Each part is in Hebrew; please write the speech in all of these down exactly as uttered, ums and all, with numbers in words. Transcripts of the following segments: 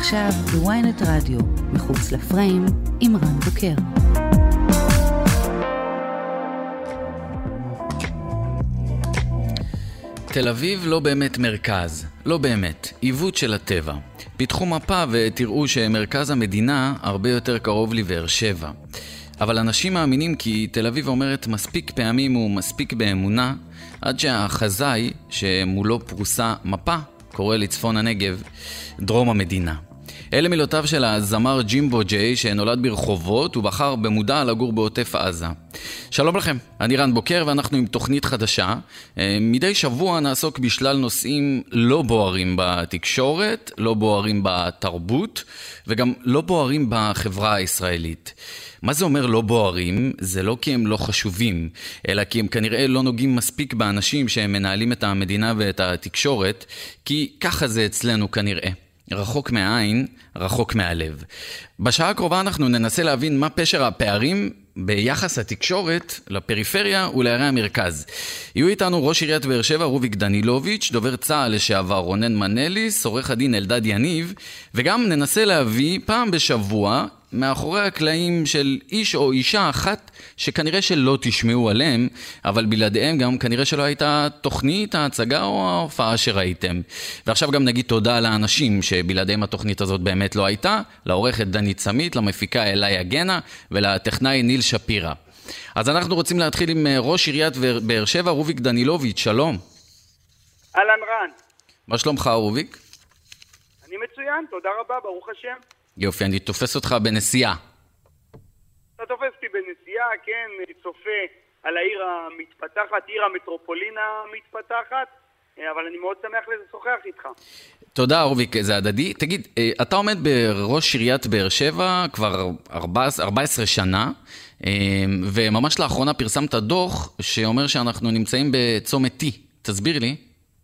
עכשיו בוויינט רדיו, מחוץ לפריים, עם רן בוקר. תל אביב לא באמת מרכז, לא באמת, עיוות של הטבע. פיתחו מפה ותראו שמרכז המדינה הרבה יותר קרוב לבאר שבע. אבל אנשים מאמינים כי תל אביב אומרת מספיק פעמים ומספיק באמונה, עד שהחזאי שמולו פרוסה מפה קורא לצפון הנגב דרום המדינה. אלה מילותיו של הזמר ג'ימבו ג'יי שנולד ברחובות ובחר במודע לגור בעוטף עזה. שלום לכם, אני רן בוקר ואנחנו עם תוכנית חדשה. מדי שבוע נעסוק בשלל נושאים לא בוערים בתקשורת, לא בוערים בתרבות וגם לא בוערים בחברה הישראלית. מה זה אומר לא בוערים? זה לא כי הם לא חשובים, אלא כי הם כנראה לא נוגעים מספיק באנשים שהם מנהלים את המדינה ואת התקשורת, כי ככה זה אצלנו כנראה. רחוק מהעין, רחוק מהלב. בשעה הקרובה אנחנו ננסה להבין מה פשר הפערים ביחס התקשורת לפריפריה ולערי המרכז. יהיו איתנו ראש עיריית באר שבע רוביק דנילוביץ', דובר צה"ל לשעבר רונן מנליס, עורך הדין אלדד יניב, וגם ננסה להביא פעם בשבוע מאחורי הקלעים של איש או אישה אחת שכנראה שלא תשמעו עליהם, אבל בלעדיהם גם כנראה שלא הייתה תוכנית, ההצגה או ההופעה שראיתם. ועכשיו גם נגיד תודה לאנשים שבלעדיהם התוכנית הזאת באמת לא הייתה, לעורכת דנית סמית, למפיקה אליה גנה ולטכנאי ניל שפירה. אז אנחנו רוצים להתחיל עם ראש עיריית באר שבע רוביק דנילוביץ', שלום. אהלן רן. מה שלומך רוביק? אני מצוין, תודה רבה, ברוך השם. יופי, אני תופס אותך בנסיעה. אתה תופס אותי בנסיעה, כן, צופה על העיר המתפתחת, עיר המטרופולינה המתפתחת, אבל אני מאוד שמח לשוחח איתך. תודה רוביק, זה הדדי. תגיד, אתה עומד בראש עיריית באר שבע כבר ארבע עשרה שנה, וממש לאחרונה פרסמת דוח שאומר שאנחנו נמצאים בצומת T. תסביר לי.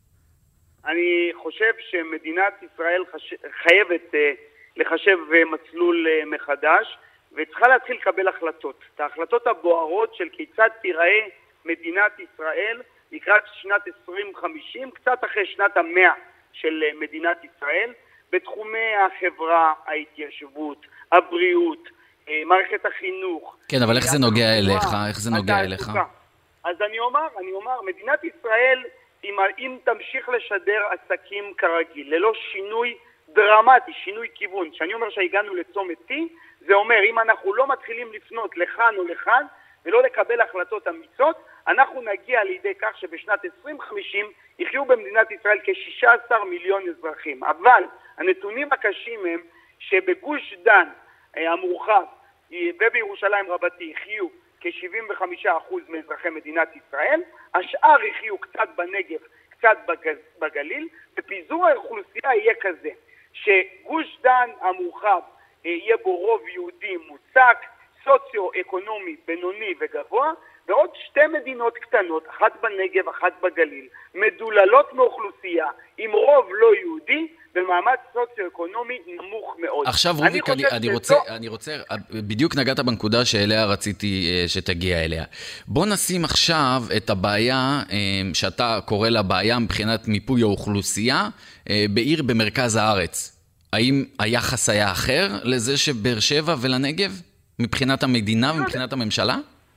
אני חושב שמדינת ישראל חש... חייבת לחשב מסלול מחדש, וצריכה להתחיל לקבל החלטות. את ההחלטות הבוערות של כיצד תיראה מדינת ישראל לקראת שנת עשרים חמישים, קצת אחרי שנת המאה של מדינת ישראל, בתחומי החברה, ההתיישבות, הבריאות, מערכת החינוך. כן, אבל איך זה נוגע אליך? איך זה נוגע אליך? אז אני אומר, אני אומר, מדינת ישראל, אם, אם תמשיך לשדר עסקים כרגיל, ללא שינוי דרמטי, שינוי כיוון, שאני אומר שהגענו לצומת T, זה אומר, אם אנחנו לא מתחילים לפנות לכאן או לכאן, ולא לקבל החלטות אמיצות, אנחנו נגיע לידי כך שבשנת עשרים חמישים יחיו במדינת ישראל כ-שישה עשר מיליון אזרחים. אבל הנתונים הקשים הם שבגוש דן המורחב ובירושלים רבתי יחיו כ-שבעים וחמישה אחוז מאזרחי מדינת ישראל, השאר יחיו קצת בנגב, קצת בגליל, ופיזור האוכלוסייה יהיה כזה, שגוש דן המורחב יהיה בו רוב יהודי מוצק, סוציו-אקונומי, בינוני וגבוה, ועוד שתי מדינות קטנות, אחת בנגב, אחת בגליל, מדוללות מאוכלוסייה עם רוב לא יהודי, במעמד סוציו-אקונומי נמוך מאוד. עכשיו רוביק, אני, אני, רוצה, אני רוצה, בדיוק נגעת בנקודה שאליה רציתי שתגיע אליה. בוא נשים עכשיו את הבעיה, שאתה קורא לה בעיה מבחינת מיפוי האוכלוסייה, בעיר במרכז הארץ. האם היחס היה אחר לזה שבאר שבע ולנגב? מבחינת המדינה ומבחינת הממשלה?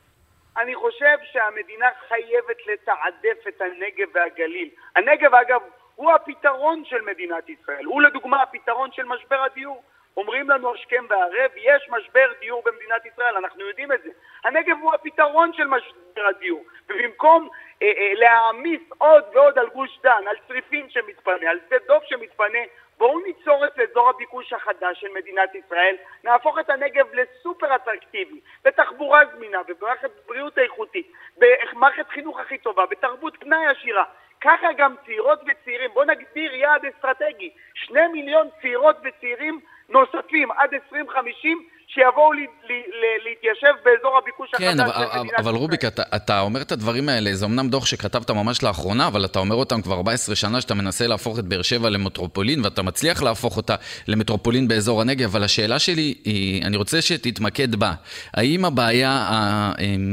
אני חושב שהמדינה חייבת לתעדף את הנגב והגליל. הנגב, אגב, הוא הפתרון של מדינת ישראל. הוא לדוגמה הפתרון של משבר הדיור. אומרים לנו השכם והערב, יש משבר דיור במדינת ישראל, אנחנו יודעים את זה. הנגב הוא הפתרון של משבר הדיור. ובמקום אה, אה, להעמיס עוד ועוד על גוש דן, על צריפין שמתפנה, על שדה דוב שמתפנה, בואו ניצור את אזור הביקוש החדש של מדינת ישראל, נהפוך את הנגב לסופר אטרקטיבי, בתחבורה זמינה, במערכת בריאות איכותית, במערכת חינוך הכי טובה, בתרבות פנאי עשירה. ככה גם צעירות וצעירים, בואו נגדיר יעד אסטרטגי, שני מיליון צעירות וצעירים נוספים עד עשרים חמישים, שיבואו לי, לי, לי, להתיישב באזור הביקוש כן, החדש אבל, של מדינת ישראל. אבל רוביק, אתה, אתה אומר את הדברים האלה, זה אמנם דוח שכתבת ממש לאחרונה, אבל אתה אומר אותם כבר ארבע עשרה שנה שאתה מנסה להפוך את באר שבע למטרופולין, ואתה מצליח להפוך אותה למטרופולין באזור הנגב, אבל השאלה שלי היא, אני רוצה שתתמקד בה, האם הבעיה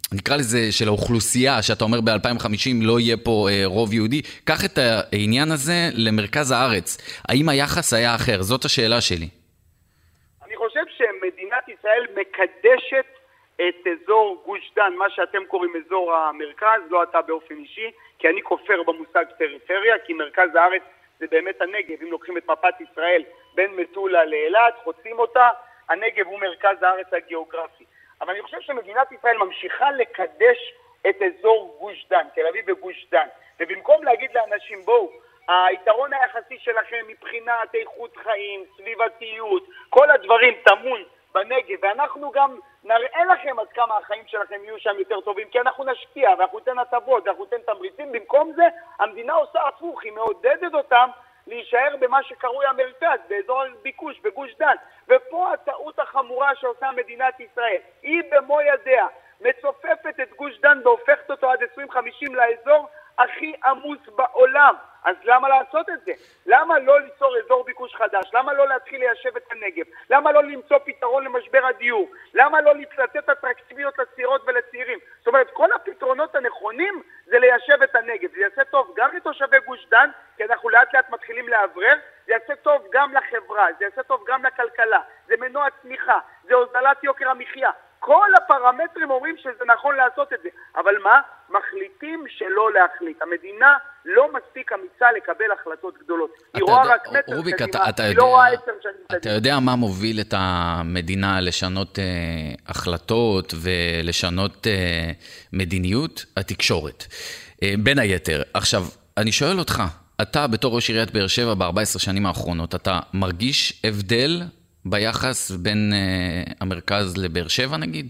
נקרא לזה של האוכלוסייה, שאתה אומר ב-אלפיים וחמישים לא יהיה פה אה, רוב יהודי, קח את העניין הזה למרכז הארץ. האם היחס היה אחר? זאת השאלה שלי. אני חושב שמדינת ישראל מקדשת את אזור גוש דן, מה שאתם קוראים אזור המרכז, לא אתה באופן אישי, כי אני כופר במושג פריפריה, כי מרכז הארץ זה באמת הנגב. אם לוקחים את מפת ישראל בין מטולה לאילת, חוצים אותה, הנגב הוא מרכז הארץ הגיאוגרפי. אבל אני חושב שמדינת ישראל ממשיכה לקדש את אזור גוש דן, תל אביב וגוש דן. ובמקום להגיד לאנשים, בואו, היתרון היחסי שלכם מבחינת איכות חיים, סביבתיות, כל הדברים טמון בנגב, ואנחנו גם נראה לכם עד כמה החיים שלכם יהיו שם יותר טובים, כי אנחנו נשקיע ואנחנו ניתן הטבות ואנחנו ניתן תמריצים. במקום זה המדינה עושה הפוך, היא מעודדת אותם להישאר במה שקרוי המרכז, באזור הביקוש, בגוש דן. ופה הטעות החמורה שעושה מדינת ישראל. היא במו ידיה מצופפת את גוש דן והופכת אותו עד עשרים חמישים לאזור הכי עמוס בעולם. אז למה לעשות את זה? למה לא ליצור אזור ביקוש חדש? למה לא להתחיל ליישב את הנגב? למה לא למצוא פתרון למשבר הדיור? למה לא לתת אטרקטיביות לצעירות ולצעירים? זאת אומרת, כל הפתרונות הנכונים זה ליישב את הנגב. זה יעשה טוב גם לתושבי גוש דן, כי אנחנו לאט לאט מתחילים לעברר. זה יעשה טוב גם לחברה, זה יעשה טוב גם לכלכלה. זה מנוע צמיחה, זה הוזלת יוקר המחיה. כל הפרמטרים אומרים שזה נכון לעשות את זה. אבל מה? מחליטים שלא להחליט. המדינה לא מספיק אמיצה לקבל החלטות גדולות. היא רואה רק מטר קדימה, היא לא רואה עשר שנים קדימה. אתה יודע מה מוביל את המדינה לשנות אה, החלטות ולשנות אה, מדיניות? התקשורת. אה, בין היתר. עכשיו, אני שואל אותך, אתה בתור ראש עיריית באר שבע ב-ארבע עשרה שנים האחרונות, אתה מרגיש הבדל ביחס בין uh, המרכז לבאר שבע נגיד?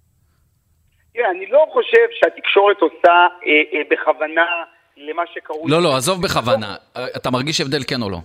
תראה, אני לא חושב שהתקשורת עושה אה, אה, בכוונה למה שקראו... לא, לא, עזוב בכוונה. אתה מרגיש הבדל כן או לא?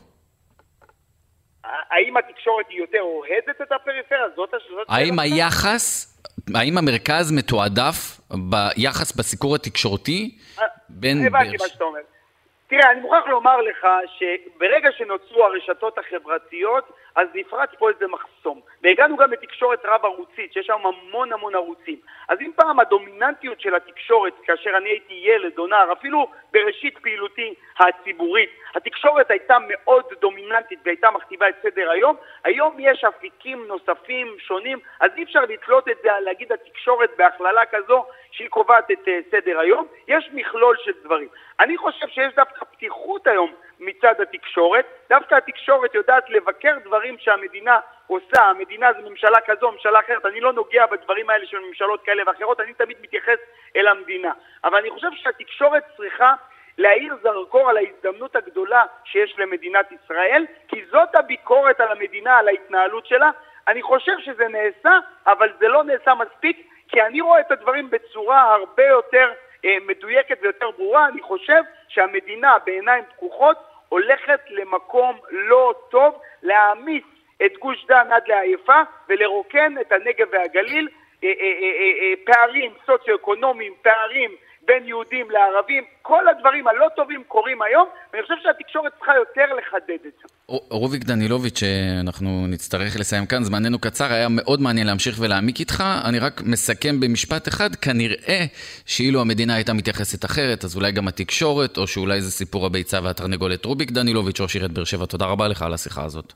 האם התקשורת היא יותר אוהדת את הפריפריה? זאת השאלה. האם היחס, האם המרכז מתועדף ביחס בסיקור התקשורתי בין... הבנתי מה שאתה אומר. תראה, אני מוכרח לומר לך שברגע שנוצרו הרשתות החברתיות, אז נפרץ פה איזה מחסום. והגענו גם לתקשורת רב ערוצית, שיש שם המון המון ערוצים. אז אם פעם הדומיננטיות של התקשורת, כאשר אני הייתי ילד או נער, אפילו בראשית פעילותי הציבורית, התקשורת הייתה מאוד דומיננטית והייתה מכתיבה את סדר היום. היום יש אפיקים נוספים שונים, אז אי אפשר לתלות את זה, להגיד התקשורת בהכללה כזו שהיא קובעת את סדר היום. יש מכלול של דברים. אני חושב שיש דווקא פתיחות היום מצד התקשורת. דווקא התקשורת יודעת לבקר דברים שהמדינה עושה. המדינה זה ממשלה כזו, ממשלה אחרת. אני לא נוגע בדברים האלה של ממשלות כאלה ואחרות. אני תמיד מתייחס אל המדינה. אבל אני חושב שהתקשורת צריכה להאיר זרקור על ההזדמנות הגדולה שיש למדינת ישראל, כי זאת הביקורת על המדינה, על ההתנהלות שלה. אני חושב שזה נעשה, אבל זה לא נעשה מספיק, כי אני רואה את הדברים בצורה הרבה יותר אה, מדויקת ויותר ברורה. אני חושב שהמדינה בעיניים פקוחות הולכת למקום לא טוב, להעמיס את גוש דן עד לעייפה ולרוקן את הנגב והגליל. אה, אה, אה, אה, פערים סוציו-אקונומיים, פערים בין יהודים לערבים, כל הדברים הלא טובים קורים היום, ואני חושב שהתקשורת צריכה יותר לחדד את זה. רוביק דנילוביץ', אנחנו נצטרך לסיים כאן, זמננו קצר, היה מאוד מעניין להמשיך ולהעמיק איתך, אני רק מסכם במשפט אחד, כנראה שאילו המדינה הייתה מתייחסת אחרת, אז אולי גם התקשורת, או שאולי זה סיפור הביצה והתרנגולת. רוביק דנילוביץ', ראש עיריית באר שבע, תודה רבה לך על השיחה הזאת.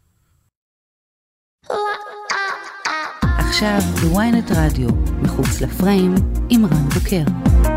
עכשיו בוויינט רדיו, מחוץ לפריים, עם רן בוקר.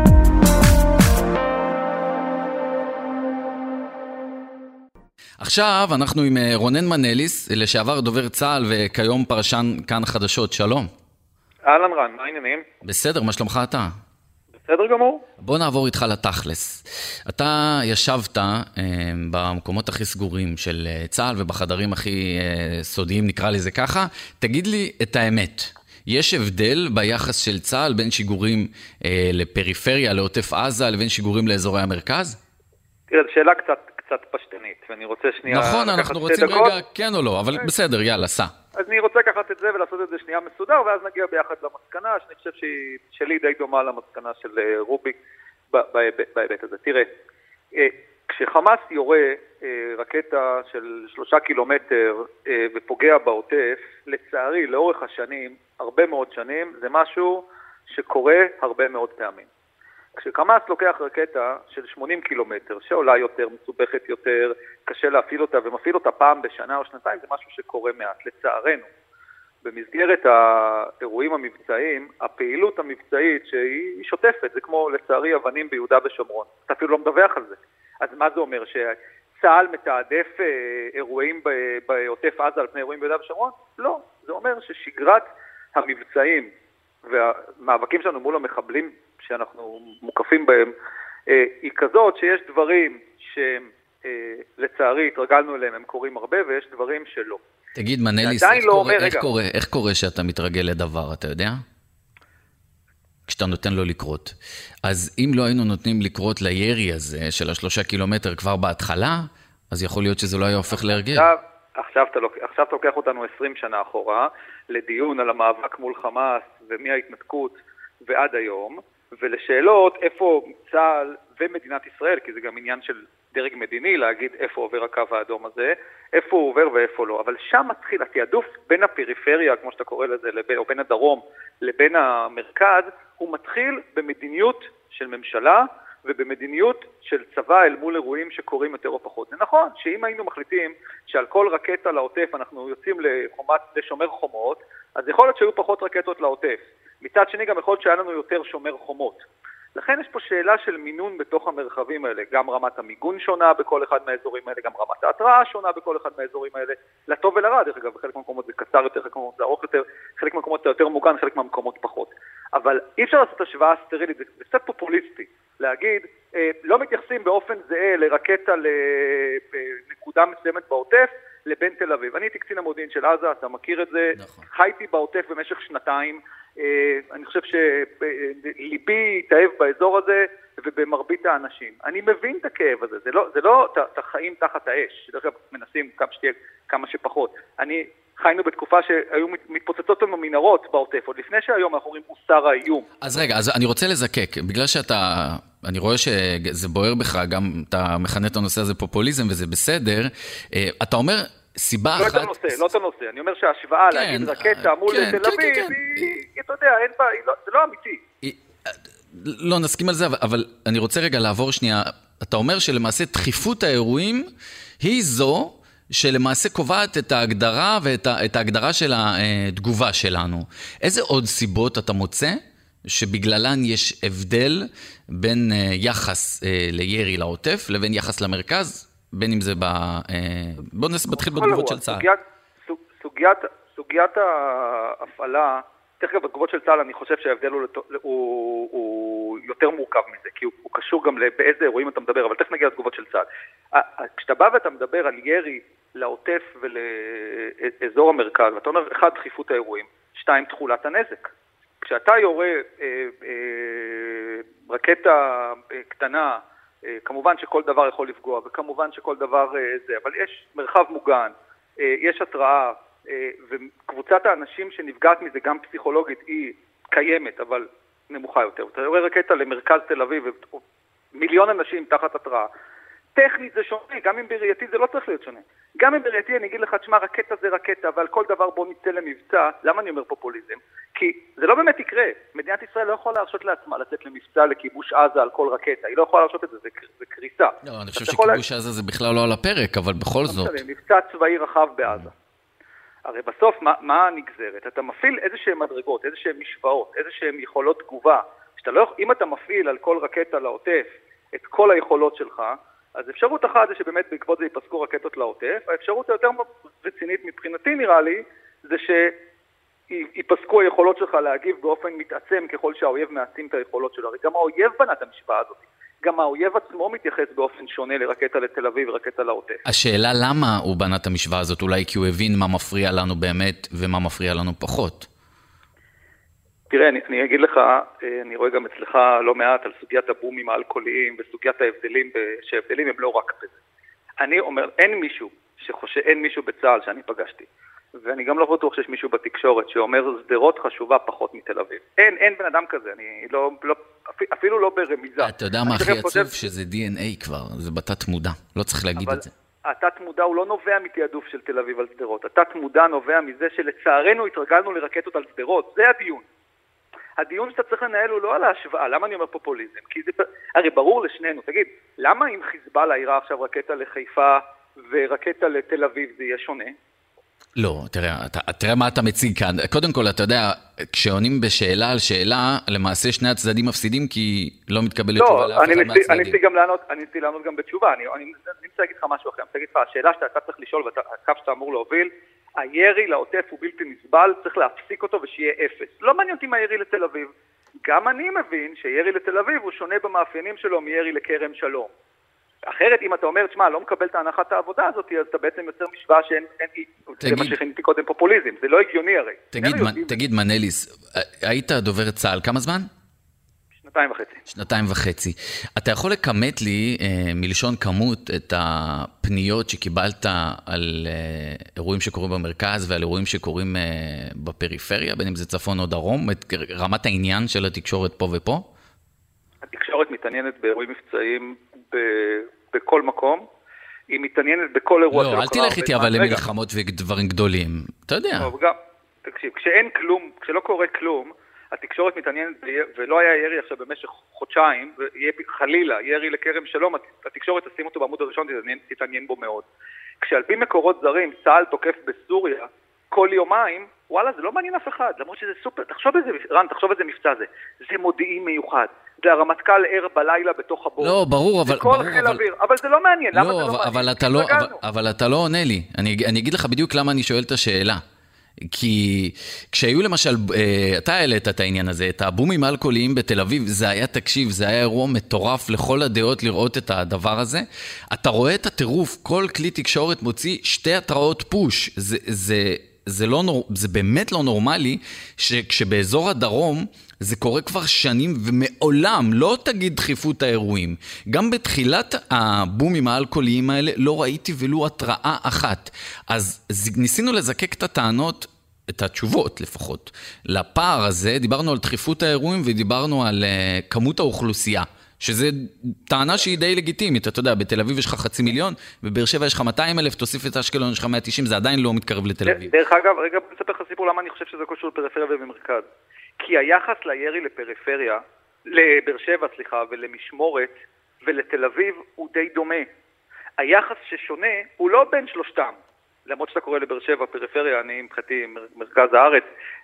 עכשיו אנחנו עם רונן מנליס, לשעבר דובר צה"ל וכיום פרשן כאן חדשות. שלום. אהלן רן, מה העניינים? בסדר, מה שלומך אתה? בסדר גמור. בוא נעבור איתך לתכלס. אתה ישבת אה, במקומות הכי סגורים של צה"ל ובחדרים הכי אה, סודיים, נקרא לזה ככה. תגיד לי את האמת. יש הבדל ביחס של צה"ל בין שיגורים אה, לפריפריה, לעוטף עזה, לבין שיגורים לאזורי המרכז? תראה, זו שאלה קצת, קצת פשטנית, ואני רוצה שנייה... נכון, אנחנו רוצים רגע כן או לא, אבל בסדר, יאללה, סע. אז אני רוצה לקחת את זה ולעשות את זה שנייה מסודר, ואז נגיע ביחד למסקנה, שאני חושב שהיא שלי די דומה למסקנה של רוביק בהיבט הזה. תראה, כשחמאס יורה רקטה של שלושה קילומטר ופוגע בעוטף, לצערי, לאורך השנים, הרבה מאוד שנים, זה משהו שקורה הרבה מאוד פעמים. כשחמאס לוקח רקטה של שמונים קילומטר, שעולה יותר, מסובכת יותר, קשה להפעיל אותה ומפעיל אותה פעם בשנה או שנתיים, זה משהו שקורה מעט, לצערנו. במסגרת האירועים המבצעיים, הפעילות המבצעית שהיא שוטפת, זה כמו לצערי אבנים ביהודה ושומרון. אתה אפילו לא מדווח על זה. אז מה זה אומר? שצה"ל מתעדף אירועים בעוטף עזה על פני אירועים ביהודה ושומרון? לא. זה אומר ששגרת המבצעים והמאבקים שלנו מול המחבלים שאנחנו מוקפים בהם, היא כזאת שיש דברים שלצערי התרגלנו אליהם, הם קורים הרבה, ויש דברים שלא. תגיד, מנליס, איך, לא קורה, איך, קורה, איך קורה שאתה מתרגל לדבר, אתה יודע? כשאתה נותן לו לקרות. אז אם לא היינו נותנים לקרות לירי הזה של השלושה קילומטר כבר בהתחלה, אז יכול להיות שזה לא היה הופך להרגל. עכשיו, עכשיו, אתה, לוק... עכשיו אתה לוקח אותנו עשרים שנה אחורה, לדיון על המאבק מול חמאס ומההתנתקות ועד היום, ולשאלות איפה צה"ל ומדינת ישראל, כי זה גם עניין של דרג מדיני להגיד איפה עובר הקו האדום הזה, איפה הוא עובר ואיפה לא. אבל שם מתחיל התיעדוף בין הפריפריה, כמו שאתה קורא לזה, לבין, או בין הדרום לבין המרכז, הוא מתחיל במדיניות של ממשלה ובמדיניות של צבא אל מול אירועים שקורים יותר או פחות. זה נכון שאם היינו מחליטים שעל כל רקטה לעוטף אנחנו יוצאים לחומת, לשומר חומות, אז יכול להיות שהיו פחות רקטות לעוטף. מצד שני גם יכול להיות שהיה לנו יותר שומר חומות. לכן יש פה שאלה של מינון בתוך המרחבים האלה, גם רמת המיגון שונה בכל אחד מהאזורים האלה, גם רמת ההתראה שונה בכל אחד מהאזורים האלה, לטוב ולרע, דרך אגב, בחלק מהמקומות זה קצר יותר, חלק מהמקומות זה ארוך יותר, חלק מהמקומות זה יותר מוגן, חלק מהמקומות פחות. אבל אי אפשר לעשות השוואה סטרילית, זה קצת פופוליסטי, להגיד, אה, לא מתייחסים באופן זהה לרקטה לנקודה מסוימת בעוטף, לבין תל אביב. אני הייתי קצין המודיעין של עזה, אתה מכיר את זה, נכון. חייתי בעוטף במשך שנתיים, אני חושב שליבי התאהב באזור הזה ובמרבית האנשים. אני מבין את הכאב הזה, זה לא, זה לא את החיים תחת האש, דרך כלל מנסים כמה שתהיה כמה שפחות. אני חיינו בתקופה שהיו מתפוצצות לנו מנהרות בעוטף, עוד לפני שהיום אנחנו רואים מוסר האיום. אז רגע, אז אני רוצה לזקק, בגלל שאתה, אני רואה שזה בוער בך, גם אתה מכנה את הנושא הזה פופוליזם וזה בסדר, אתה אומר סיבה אחת... לא את הנושא, לא את הנושא, אני אומר שההשוואה להגיד רקטה מול תל אביב, אתה יודע, זה לא אמיתי. לא נסכים על זה, אבל אני רוצה רגע לעבור שנייה, אתה אומר שלמעשה דחיפות האירועים היא זו שלמעשה קובעת את ההגדרה ואת ההגדרה של התגובה שלנו. איזה עוד סיבות אתה מוצא שבגללן יש הבדל בין יחס לירי לעוטף לבין יחס למרכז? בין אם זה ב... בואו נתחיל בתגובות של צה"ל. סוגיית, סוגיית ההפעלה, תכף בתגובות של צה"ל אני חושב שההבדל הוא, הוא, הוא יותר מורכב מזה, כי הוא, הוא קשור גם באיזה אירועים אתה מדבר, אבל תכף נגיע לתגובות של צה"ל. כשאתה בא ואתה מדבר על ירי לעוטף ולאזור המרכז, ואתה אומר, אחד, דחיפות האירועים, שתיים, תחולת הנזק. כשאתה יורה אה, אה, רקטה קטנה, כמובן שכל דבר יכול לפגוע, וכמובן שכל דבר זה, אבל יש מרחב מוגן, יש התראה, וקבוצת האנשים שנפגעת מזה גם פסיכולוגית היא קיימת, אבל נמוכה יותר. אתה רואה רקטה למרכז תל אביב, מיליון אנשים תחת התראה. טכנית זה שונה, גם אם בראייתי זה לא צריך להיות שונה. גם אם בראייתי אני אגיד לך, תשמע, רקטה זה רקטה, ועל כל דבר בוא נצא למבצע. למה אני אומר פופוליזם? כי זה לא באמת יקרה. מדינת ישראל לא יכולה להרשות לעצמה לצאת למבצע לכיבוש עזה על כל רקטה. היא לא יכולה להרשות את זה, זה, זה קריסה. לא, אני חושב שכיבוש עזה זה בכלל לא על הפרק, אבל בכל זאת. מבצע צבאי רחב בעזה. הרי בסוף, מה, מה הנגזרת? אתה מפעיל איזשהם מדרגות, איזשהם משוואות, איזשהם יכולות תגובה. שאתה לא, אם אתה מפעיל על כל רקטה לעוטף את כל היכולות שלך, אז אפשרות אחת זה שבאמת בעקבות זה ייפסקו רקטות לעוטף. האפשרות היותר רצינית מבחינתי נראה לי, זה שיפסקו היכולות שלך להגיב באופן מתעצם ככל שהאויב מעצים את היכולות שלו. הרי גם האויב בנה את המשוואה הזאת. גם האויב עצמו מתייחס באופן שונה לרקטה לתל אביב ורקטה לעוטף. השאלה למה הוא בנה את המשוואה הזאת, אולי כי הוא הבין מה מפריע לנו באמת ומה מפריע לנו פחות. תראה, אני, אני אגיד לך, אני רואה גם אצלך לא מעט על סוגיית הבומים האלכוהוליים וסוגיית ההבדלים, שההבדלים הם לא רק בזה. אני אומר, אין מישהו שחושב, אין מישהו בצה"ל שאני פגשתי, ואני גם לא בטוח שיש מישהו בתקשורת שאומר, סדרות חשובה פחות מתל אביב. אין, אין בן אדם כזה, אני לא, לא, אפילו לא ברמיזה. אתה יודע מה הכי עצוב? שזה די אן איי כבר, זה בתת מודע, לא צריך להגיד את זה. התת מודע הוא לא נובע מתיעדוף של תל אביב על סדרות, התת מודע נובע מזה שלצערנו התרגלנו לרקטות על סדרות, זה הדיון. הדיון שאתה צריך לנהל הוא לא על ההשוואה. למה אני אומר פופוליזם? כי זה, הרי ברור לשנינו, תגיד, למה אם חיזבאללה ירה עכשיו רקטה לחיפה ורקטה לתל אביב זה יהיה שונה? לא, תראה, אתה, תראה מה אתה מציג כאן. קודם כל, אתה יודע, כשעונים בשאלה על שאלה, למעשה שני הצדדים מפסידים, כי לא מתקבל לא, לתשובה לאף אחד מהצדדים. אני ניסיתי גם לענות, אני ניסיתי לענות גם בתשובה. אני, אני ניסיתי להגיד לך משהו אחר. אני רוצה להגיד לך, השאלה שאתה צריך לשאול, והקו שאתה אמור להוביל, הירי לעוטף הוא בלתי נסבל, צריך להפסיק אותו ושיהיה אפס. לא מעניין אותי מה ירי לתל אביב. גם אני מבין שירי לתל אביב הוא שונה במאפיינים שלו מירי לכרם שלום. אחרת, אם אתה אומר, תשמע, לא מקבל את ההנחת העבודה הזאת, אז אתה בעצם יוצר משוואה שאין, אין, זה מה שכניתי קודם פופוליזם, זה לא הגיוני הרי. תגיד, תגיד מנליס, היית דובר צה"ל כמה זמן? שנתיים וחצי. שנתיים וחצי. אתה יכול לכמת לי, מלשון כמות, את הפניות שקיבלת על אירועים שקורים במרכז ועל אירועים שקורים בפריפריה, בין אם זה צפון או דרום, את רמת העניין של התקשורת פה ופה? התקשורת מתעניינת באירועים מבצעיים ב... בכל מקום, היא מתעניינת בכל אירוע. לא, אל תלך איתי אבל למלחמות ודברים גדולים, אתה יודע. טוב, גם, תקשיב, כשאין כלום, כשלא קורה כלום, התקשורת מתעניינת, ולא היה ירי עכשיו במשך חודשיים, ויהיה חלילה ירי לכרם שלום, התקשורת תשים אותו בעמוד הראשון, תתעניין בו מאוד. כשעל פי מקורות זרים, צה"ל תוקף בסוריה, כל יומיים, וואלה, זה לא מעניין אף אחד, למרות שזה סופר, תחשוב איזה, רן, תחשוב איזה מבצע זה, זה מודיעין מיוחד, זה הרמטכ"ל ער בלילה בתוך הבור. לא, ברור, אבל... זה כל חיל אוויר, אבל זה לא מעניין, למה זה לא מעניין? אבל אתה לא, אבל אתה לא עונה לי, אני אגיד לך בדיוק למה אני שואל את השאלה. כי כשהיו למשל, אתה העלית את העניין הזה, את הבומים אלכוהוליים בתל אביב, זה היה, תקשיב, זה היה אירוע מטורף לכל הדעות לראות את הדבר הזה. אתה רואה את הטירוף, כל כלי תקשורת מוציא שתי התראות פוש. זה, זה, זה, לא נור, זה באמת לא נורמלי שכשבאזור הדרום זה קורה כבר שנים ומעולם, לא תגיד דחיפות האירועים. גם בתחילת הבומים האלכוהוליים האלה לא ראיתי ולו התראה אחת. אז ניסינו לזקק את הטענות, את התשובות לפחות. לפער הזה דיברנו על דחיפות האירועים ודיברנו על uh, כמות האוכלוסייה. שזה טענה שהיא די לגיטימית, אתה יודע, בתל אביב יש לך חצי מיליון, בבאר שבע יש לך מאתיים אלף, תוסיף את אשקלון, יש לך מאה ותשעים, זה עדיין לא מתקרב לתל אביב. דרך אגב, רגע, נספר לך סיפור למה אני חושב שזה קשור לפריפריה ובמרכז. כי היחס לירי לפריפריה, לבאר שבע, סליחה, ולמשמורת, ולתל אביב הוא די דומה. היחס ששונה הוא לא בין שלושתם. למרות שאתה קורא לבאר שבע, פריפריה, אני מבחינתי מרכז הארץ,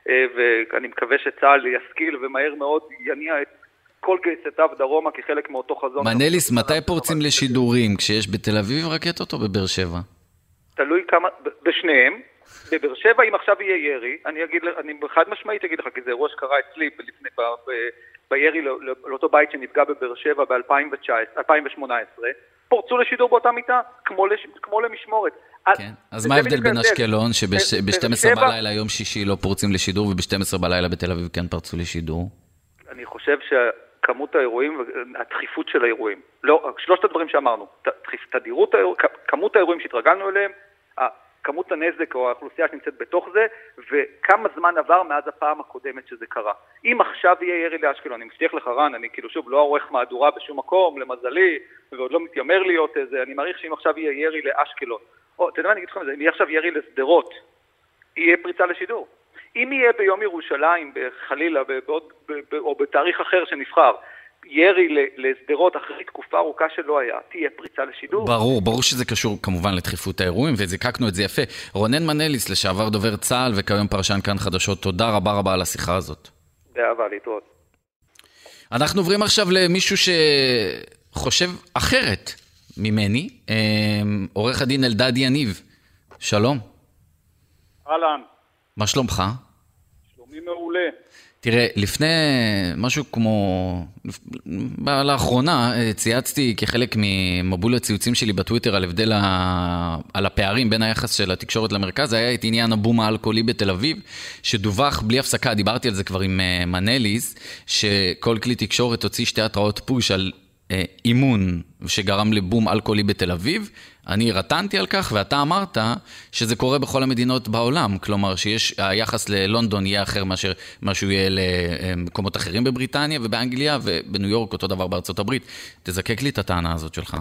ואני מקווה שצה"ל ישכיל ומהר מאוד יניע את כל גייסתיו דרומה כחלק מאותו חזון. מנליס, מתי פורצים לשידורים? כשיש בתל אביב רקטות או בבאר שבע? תלוי כמה, בשניהם. בבאר שבע, אם עכשיו יהיה ירי, אני אגיד, אני חד משמעית אגיד לך, כי זה אירוע שקרה אצלי לפני, ב, ב, בירי לא, לא, לאותו בית שנפגע בבאר שבע ב-אלפיים ושמונה עשרה, פורצו לשידור באותה מיטה, כמו, לש, כמו למשמורת. כן, אז מה ההבדל בין אשקלון, שב-שתים עשרה בלילה יום שישי לא פורצים לשידור, וב-שתים עשרה בלילה בתל אביב כן פרצו לשידור? אני חושב שכמות האירועים, הדחיפות של האירועים, לא, שלושת הדברים שאמרנו, תדירות, כמות האירועים שהתרגלנו אליהם, כמות הנזק או האוכלוסייה שנמצאת בתוך זה, וכמה זמן עבר מאז הפעם הקודמת שזה קרה. אם עכשיו יהיה ירי לאשקלון, אני מבטיח לך רן, אני כאילו שוב לא עורך מהדורה בשום מקום, למזלי, ועוד לא מתיימר להיות איזה, אני מעריך שאם עכשיו יהיה ירי לאשקלון, או, אתה יודע מה, אני אגיד לכם, אם יהיה עכשיו ירי לסדרות, יהיה פריצה לשידור. אם יהיה ביום ירושלים, בחלילה, בעוד, או בתאריך אחר שנבחר, ירי לסדרות אחרי תקופה ארוכה שלא היה, תהיה פריצה לשידור. ברור, ברור שזה קשור כמובן לדחיפות האירועים, וזיקקנו את זה יפה. רונן מנליס, לשעבר דובר צה"ל, וכיום פרשן כאן חדשות, תודה רבה רבה על השיחה הזאת. באהבה, להתראות. אנחנו עוברים עכשיו למישהו שחושב אחרת ממני, עורך הדין אלדד יניב. שלום. אהלן. מה שלומך? שלומי מעולה. תראה, לפני משהו כמו, לאחרונה צייצתי כחלק ממבול הציוצים שלי בטוויטר על הבדל על הפערים בין היחס של התקשורת למרכז, היה את עניין הבום האלכוהולי בתל אביב, שדווח בלי הפסקה, דיברתי על זה כבר עם מנליס, שכל כלי תקשורת הוציא שתי התראות פוש על אימון שגרם לבום אלכוהולי בתל אביב. אני רטנתי על כך, ואתה אמרת שזה קורה בכל המדינות בעולם, כלומר שיש, היחס ללונדון יהיה אחר מאשר משהו יהיה למקומות אחרים בבריטניה ובאנגליה, ובניו יורק אותו דבר בארצות הברית. תזקק לי את הטענה הזאת שלך.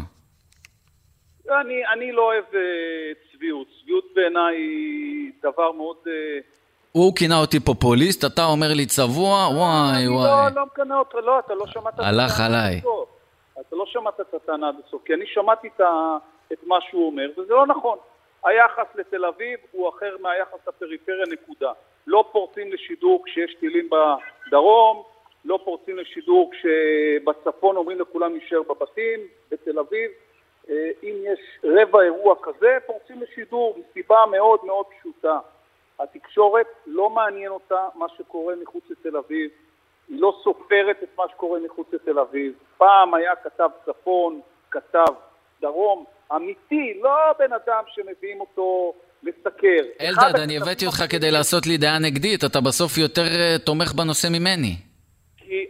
אני, אני לא אוהב צביעות. צביעות בעיניי היא דבר מאוד הוא כינה אותי פופוליסט, אתה אומר לי צבוע, וואי וואי. אני לא מקנה אותך, לא, אתה לא שמעת את הטענה. הלך עליי. אתה לא שמעת את הטענה עד הסוף, כי אני שמעתי את מה שהוא אומר, וזה לא נכון. היחס לתל אביב הוא אחר מהיחס לפריפריה, נקודה. לא פורצים לשידור כשיש טילים בדרום, לא פורצים לשידור כשבצפון אומרים לכולם נשאר בבתים, בתל אביב. אם יש רבע אירוע כזה, פורצים לשידור, מסיבה מאוד מאוד פשוטה. התקשורת לא מעניין אותה מה שקורה מחוץ לתל אביב, היא לא סופרת את מה שקורה מחוץ לתל אביב. פעם היה כתב צפון, כתב דרום, אמיתי, לא בן אדם שמביאים אותו לסקר. אלדד, אני הבאתי אותך כדי לעשות לי דעה נגדית, אתה בסוף יותר תומך בנושא ממני. כי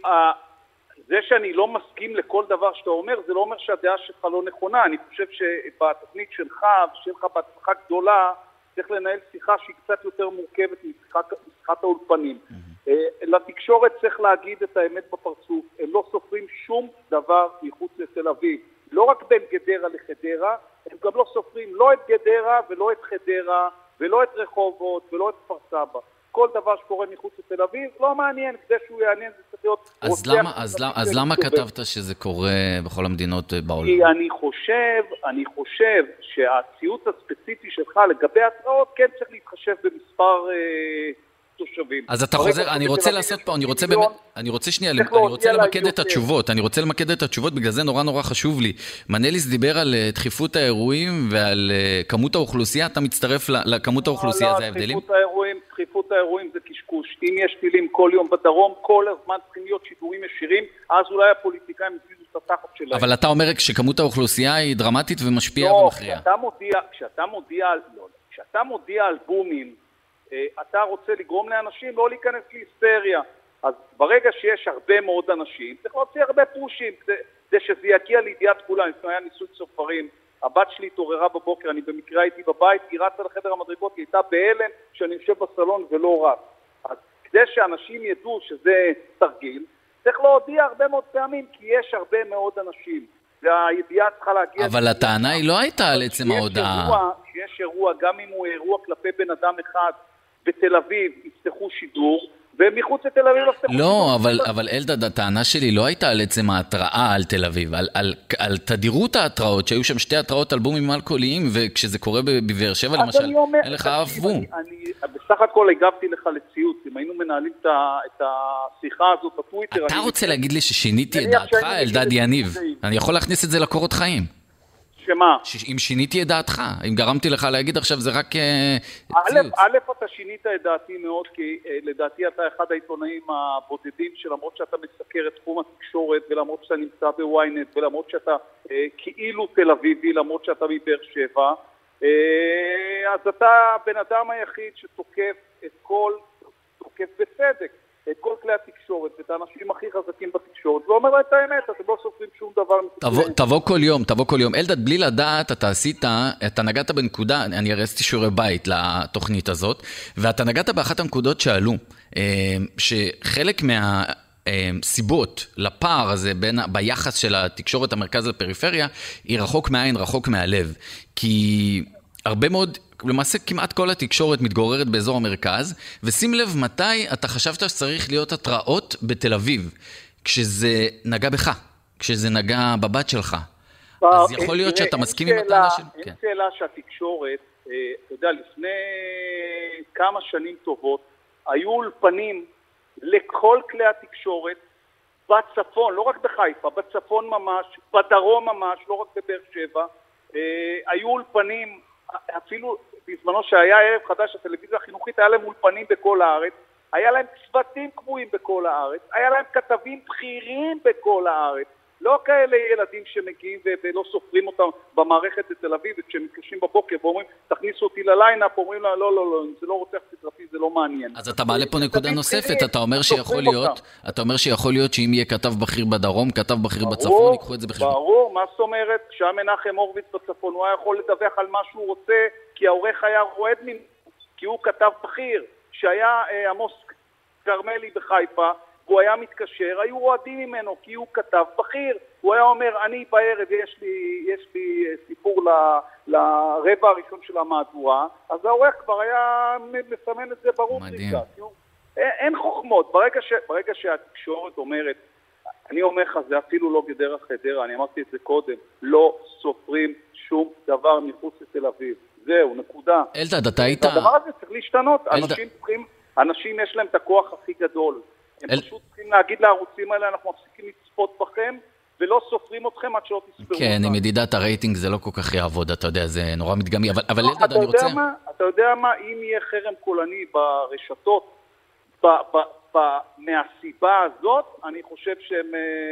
זה שאני לא מסכים לכל דבר שאתה אומר, זה לא אומר שהדעה שלך לא נכונה. אני חושב שבתוכנית שלך, ושלך בהצלחה גדולה, צריך לנהל שיחה שהיא קצת יותר מורכבת משיחת האולפנים. לתקשורת צריך להגיד את האמת בפרצוף, הם לא סופרים שום דבר מחוץ לתל אביב. לא רק בין גדרה לחדרה, הם גם לא סופרים לא את גדרה ולא את חדרה ולא את רחובות ולא את כפר סבא. כל דבר שקורה מחוץ לתל אביב לא מעניין, כדי שהוא יעניין זה צריך להיות... אז למה, אז למה, אז למה כתבת שזה קורה בכל המדינות בעולם? כי אני חושב, אני חושב שהציוץ הספציפי שלך לגבי התראות כן צריך להתחשב במספר... תושבים. אז אתה חוזר, אני רוצה לעשות פה, אני רוצה באמת, אני רוצה שנייה, אני רוצה למקד את התשובות, אני רוצה למקד את התשובות, בגלל זה נורא נורא חשוב לי. מנליס דיבר על דחיפות האירועים ועל כמות האוכלוסייה, אתה מצטרף לכמות האוכלוסייה, זה ההבדלים? דחיפות האירועים, דחיפות האירועים זה קשקוש. אם יש טילים כל יום בדרום, כל הזמן צריכים להיות שידורים ישירים, אז אולי הפוליטיקאים יזיזו את התחת שלהם. אבל אתה אומר שכמות האוכלוסייה היא דרמטית ומשפיעה ומכריעה. כשאתה מודיע, כשאתה מודיע על בומים, אתה רוצה לגרום לאנשים לא להיכנס להיסטריה. אז ברגע שיש הרבה מאוד אנשים, צריך להוציא הרבה פושים, כדי שזה יגיע לידיעת כולם. לפני היה ניסוי צופרים, הבת שלי התעוררה בבוקר, אני במקרה הייתי בבית, היא רצה לחדר המדרגות, היא הייתה בהלם שאני יושב בסלון ולא רץ. אז כדי שאנשים ידעו שזה תרגיל, צריך להודיע הרבה מאוד פעמים, כי יש הרבה מאוד אנשים. והידיעה צריכה להגיע... אבל הטענה היא לא הייתה על עצם ההודעה. שיש אירוע, גם אם הוא אירוע כלפי בן אדם אחד, בתל אביב יפתחו שידור, ומחוץ לתל אביב יפתחו שידור. לא, אבל, אבל אלדד, הטענה שלי לא הייתה על עצם ההתראה על תל אביב, על, על, על תדירות ההתראות, שהיו שם שתי התראות על בומים אלכוהוליים, וכשזה קורה בבאר שבע למשל, אין לך אף בום. אני, בסך הכל הגבתי לך לציוץ, אם היינו מנהלים את השיחה הזאת בטוויטר... אתה רוצה להגיד לי ששיניתי את דעתך, אלדד יניב? אני יכול להכניס את זה לקורות חיים. שמה? אם שיניתי את דעתך, אם גרמתי לך להגיד עכשיו זה רק ציוץ. א', אתה שינית את דעתי מאוד, כי לדעתי אתה אחד העיתונאים הבודדים, שלמרות שאתה מסקר את תחום התקשורת, ולמרות שאתה נמצא בוויינט, ולמרות שאתה כאילו תל אביבי, למרות שאתה מבאר שבע, אז אתה בן אדם היחיד שתוקף את כל, תוקף בצדק, את כל כלי התקשורת, ואת האנשים הכי חזקים בתקשורת, ואומר לה את האמת, אתם לא סופרים שום דבר. תבוא, תבוא כל יום, תבוא כל יום. אלדד, בלי לדעת, אתה עשית, אתה נגעת בנקודה, אני הרסתי שיעורי בית לתוכנית הזאת, ואתה נגעת באחת הנקודות שעלו, שחלק מה... סיבות לפער הזה בין, ביחס של התקשורת המרכז לפריפריה, היא רחוק מהעין, רחוק מהלב. כי הרבה מאוד, למעשה כמעט כל התקשורת מתגוררת באזור המרכז, ושים לב מתי אתה חשבת שצריך להיות התראות בתל אביב, כשזה נגע בך, כשזה נגע בבת שלך. אז יכול להיות שאתה מסכים עם הטענה של... אין שאלה שהתקשורת, אתה יודע, לפני כמה שנים טובות, היו אולפנים לכל כלי התקשורת בצפון, לא רק בחיפה, בצפון ממש, בדרום ממש, לא רק בבאר שבע, היו אולפנים, אפילו בזמנו שהיה ערב חדש, הטלוויזיה החינוכית, היה להם אולפנים בכל הארץ, היה להם צוותים קבועים בכל הארץ, היה להם כתבים בכירים בכל הארץ, לא כאלה ילדים שמגיעים ולא סופרים אותם במערכת בתל אביב, וכשהם מתקשרים בבוקר ואומרים, תכניסו אותי לליינאפ, אומרים לה, לא, לא, לא, אם זה לא רוצח סדרתי, זה לא מעניין. אז אתה מעלה פה נקודה נוספת, אתה אומר שיכול להיות, אתה אומר שיכול להיות שאם יהיה כתב בכיר בדרום, כתב בכיר בצפון, ייקחו את זה בחשבון. ברור, מה זאת אומרת? כשהיה מנחם הורוביץ בצפון, הוא היה יכול לדווח על מה שהוא רוצה, כי העורך היה רועד ממנו, כי הוא כתב בכיר. שהיה עמוס כרמלי בחיפה, הוא היה מתקשר, היו רועדים ממנו, כי הוא כתב בכיר, הוא היה אומר, אני בערב, יש לי, יש לי סיפור ל, לרבע הראשון של המהדורה, אז העורך כבר היה מסמן את זה ברור. מדהים. אין, אין חוכמות. ברגע, ש, ברגע שהתקשורת אומרת, אני אומר לך, זה אפילו לא גדרה חדרה, אני אמרתי את זה קודם, לא סופרים שום דבר מחוץ לתל אביב. זהו, נקודה. אלדד, אתה היית... הדבר הזה צריך להשתנות. אנשים צריכים, אנשים יש להם את הכוח הכי גדול. הם אל... פשוט צריכים להגיד לערוצים האלה, אנחנו מפסיקים לצפות בכם, ולא סופרים אתכם עד שלא תספרו. כן, עם מדידת הרייטינג זה לא כל כך יעבוד, אתה יודע, זה נורא מתגמי, אבל, אבל אלדד, אני רוצה... מה, אתה יודע מה, אם יהיה חרם קולני ברשתות, ב, ב, ב, מהסיבה הזאת, אני חושב שהם...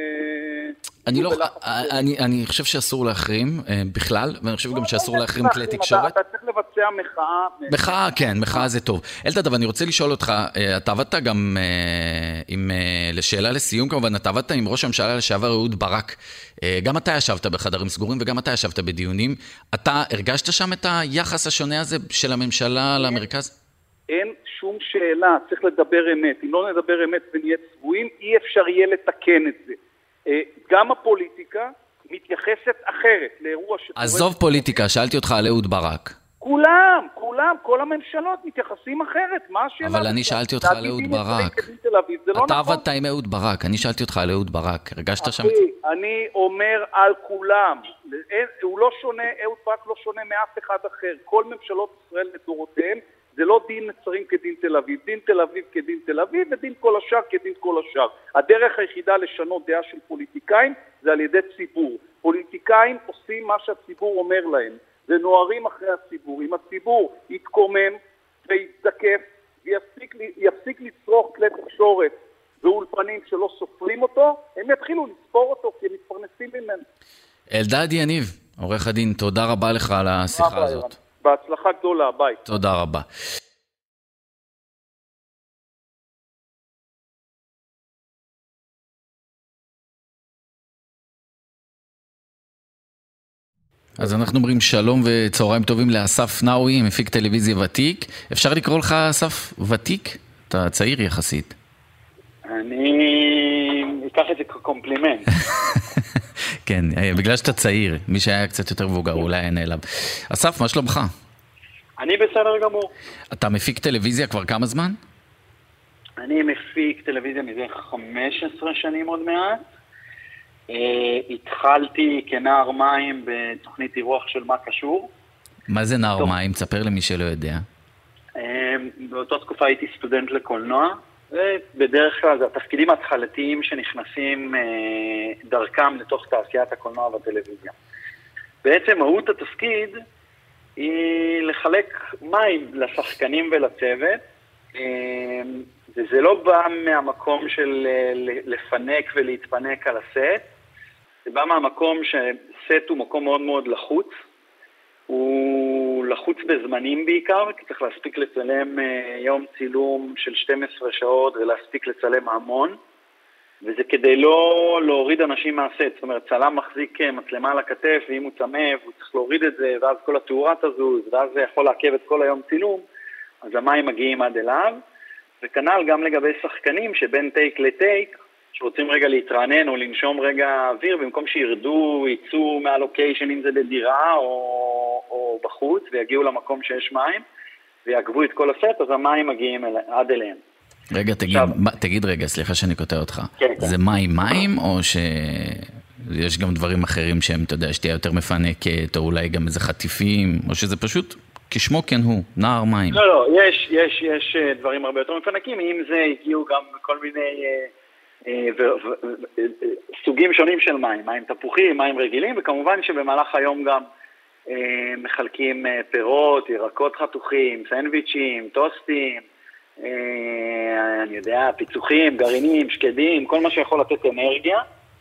אני לא... אני, אני חושב שאסור להחרים בכלל, ואני חושב גם שאסור להחרים כלי תקשורת. אתה צריך לבצע מחאה... מחאה, כן, מחאה זה טוב. אלדד, אבל אני רוצה לשאול אותך, אתה עבדת גם עם... לשאלה לסיום, כמובן, אתה עבדת עם ראש הממשלה לשעבר אהוד ברק. גם אתה ישבת בחדרים סגורים, וגם אתה ישבת בדיונים. אתה הרגשת שם את היחס השונה הזה של הממשלה למרכז? אין שום שאלה, צריך לדבר אמת. אם לא נדבר אמת ונהיה צבועים, אי אפשר יהיה לתקן את זה. גם הפוליטיקה מתייחסת אחרת לאירוע שקורה... עזוב פוליטיקה, שאלתי אותך על אהוד ברק. כולם, כולם, כל הממשלות מתייחסים אחרת. מה השאלה? אבל אני שאלתי אותך על אהוד ברק. אתה עבדת עם אהוד ברק, אני שאלתי אותך על אהוד ברק. הרגשת שם את זה? אני אומר על כולם. הוא לא שונה, אהוד ברק לא שונה מאף אחד אחר. כל ממשלות ישראל לדורותיהן, זה לא דין נצרים כדין תל אביב, דין תל אביב כדין תל אביב, ודין כל השאר כדין כל השאר. הדרך היחידה לשנות דעה של פוליטיקאים זה על ידי ציבור. פוליטיקאים עושים מה שהציבור אומר להם, ונוערים אחרי הציבור. אם הציבור יתקומם ויתזקף ויפסיק יפסיק לצרוך כלי תקשורת ואולפנים שלא סופרים אותו, הם יתחילו לספור אותו כי הם מתפרנסים ממנו. אלדד יניב, עורך הדין, תודה רבה לך על השיחה הזאת. בהצלחה גדולה, ביי. תודה רבה. אז אנחנו אומרים שלום וצהריים טובים לאסף נאווי, מפיק טלוויזיה ותיק. אפשר לקרוא לך אסף ותיק? אתה צעיר יחסית. אני אקח את זה כקומפלימנט. כן, בגלל שאתה צעיר, מי שהיה קצת יותר מבוגר, אולי אין אליו. אסף, מה שלומך? אני בסדר גמור. אתה מפיק טלוויזיה כבר כמה זמן? אני מפיק טלוויזיה מזה חמש עשרה שנים עוד מעט. התחלתי כנער מים בתוכנית אירוח של מה קשור. מה זה נער מים? תספר למי שלא יודע. באותה תקופה הייתי סטודנט לקולנוע. ובדרך כלל זה התפקידים ההתחלתיים שנכנסים דרכם לתוך תעשיית הקולנוע והטלוויזיה. בעצם מהות התפקיד היא לחלק מים לשחקנים ולצוות, וזה לא בא מהמקום של לפנק ולהתפנק על הסט, זה בא מהמקום שסט הוא מקום מאוד מאוד לחוץ, הוא לחוץ בזמנים בעיקר, כי צריך להספיק לצלם יום צילום של שתים עשרה שעות ולהספיק לצלם המון, וזה כדי לא להוריד אנשים מהסט. זאת אומרת, צלם מחזיק מצלמה על הכתף, ואם הוא צמא, הוא צריך להוריד את זה, ואז כל התאורה תזוז, ואז זה יכול לעכב את כל היום צילום, אז המים מגיעים עד אליו, וכנ"ל גם לגבי שחקנים שבין טייק לטייק, שרוצים רגע להתרענן או לנשום רגע אוויר, במקום שירדו, ייצאו מהלוקיישן, אם זה בדירה או, או בחוץ, ויגיעו למקום שיש מים, ויעקבו את כל הסט, אז המים מגיעים אל, עד אליהם. רגע, תגיד, עכשיו, מה, תגיד רגע, סליחה שאני קוטע אותך. כן, זה כן. מים מים, או שיש גם דברים אחרים שהם, אתה יודע, שתהיה יותר מפנקת, או אולי גם איזה חטיפים, או שזה פשוט, כשמו כן הוא, נער מים. לא, לא, יש, יש, יש דברים הרבה יותר מפנקים, אם זה הגיעו גם כל מיני... סוגים שונים של מים, מים תפוחים, מים רגילים, וכמובן שבמהלך היום גם מחלקים פירות, ירקות חתוכים, סנדוויצ'ים, טוסטים, אני יודע, פיצוחים, גרעינים, שקדים, כל מה שיכול לתת אנרגיה.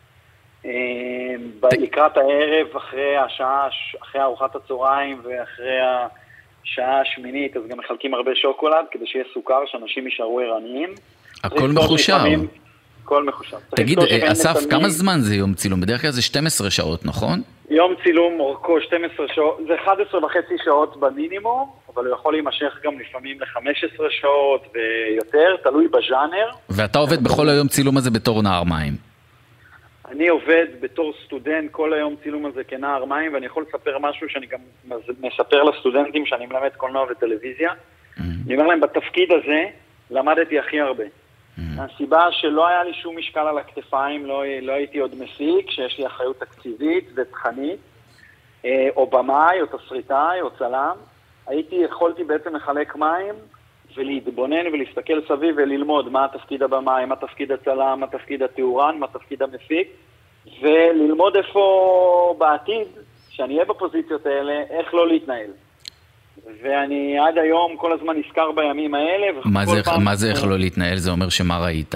לקראת הערב, אחרי השעה, אחרי ארוחת הצהריים ואחרי השעה השמינית, אז גם מחלקים הרבה שוקולד כדי שיהיה סוכר, שאנשים יישארו ערניים. הכל מחושב. הכל מחושב. תגיד, אסף, כמה זמן זה יום צילום? בדרך כלל זה שתים עשרה שעות, נכון? יום צילום אורכו שתים עשרה שעות, זה אחת עשרה וחצי שעות במינימום, אבל הוא יכול להימשך גם לפעמים ל-חמש עשרה שעות ויותר, תלוי בז'אנר. ואתה עובד בכל היום צילום הזה בתור נער מים? אני עובד בתור סטודנט כל היום צילום הזה כנער מים, ואני יכול לספר משהו שאני גם מספר לסטודנטים שאני מלמד קולנוע וטלוויזיה. Mm-hmm. אני אומר להם, בתפקיד הזה למדתי הכי הרבה. Mm-hmm. הסיבה שלא היה לי שום משקל על הכתפיים, לא, לא הייתי עוד מסיק, שיש לי אחריות תקציבית ותכנית, או במאי, או תסריטאי, או צלם. הייתי, יכולתי בעצם לחלק מים, ולהתבונן ולהסתכל סביב וללמוד מה התפקיד הבמאי, מה תפקיד הצלם, מה תפקיד התאורן, מה תפקיד המפיק, וללמוד איפה בעתיד, שאני אהיה בפוזיציות האלה, איך לא להתנהל. ואני עד היום כל הזמן נזכר בימים האלה. מה זה, פעם... מה זה איך לא להתנהל? זה אומר שמה ראית?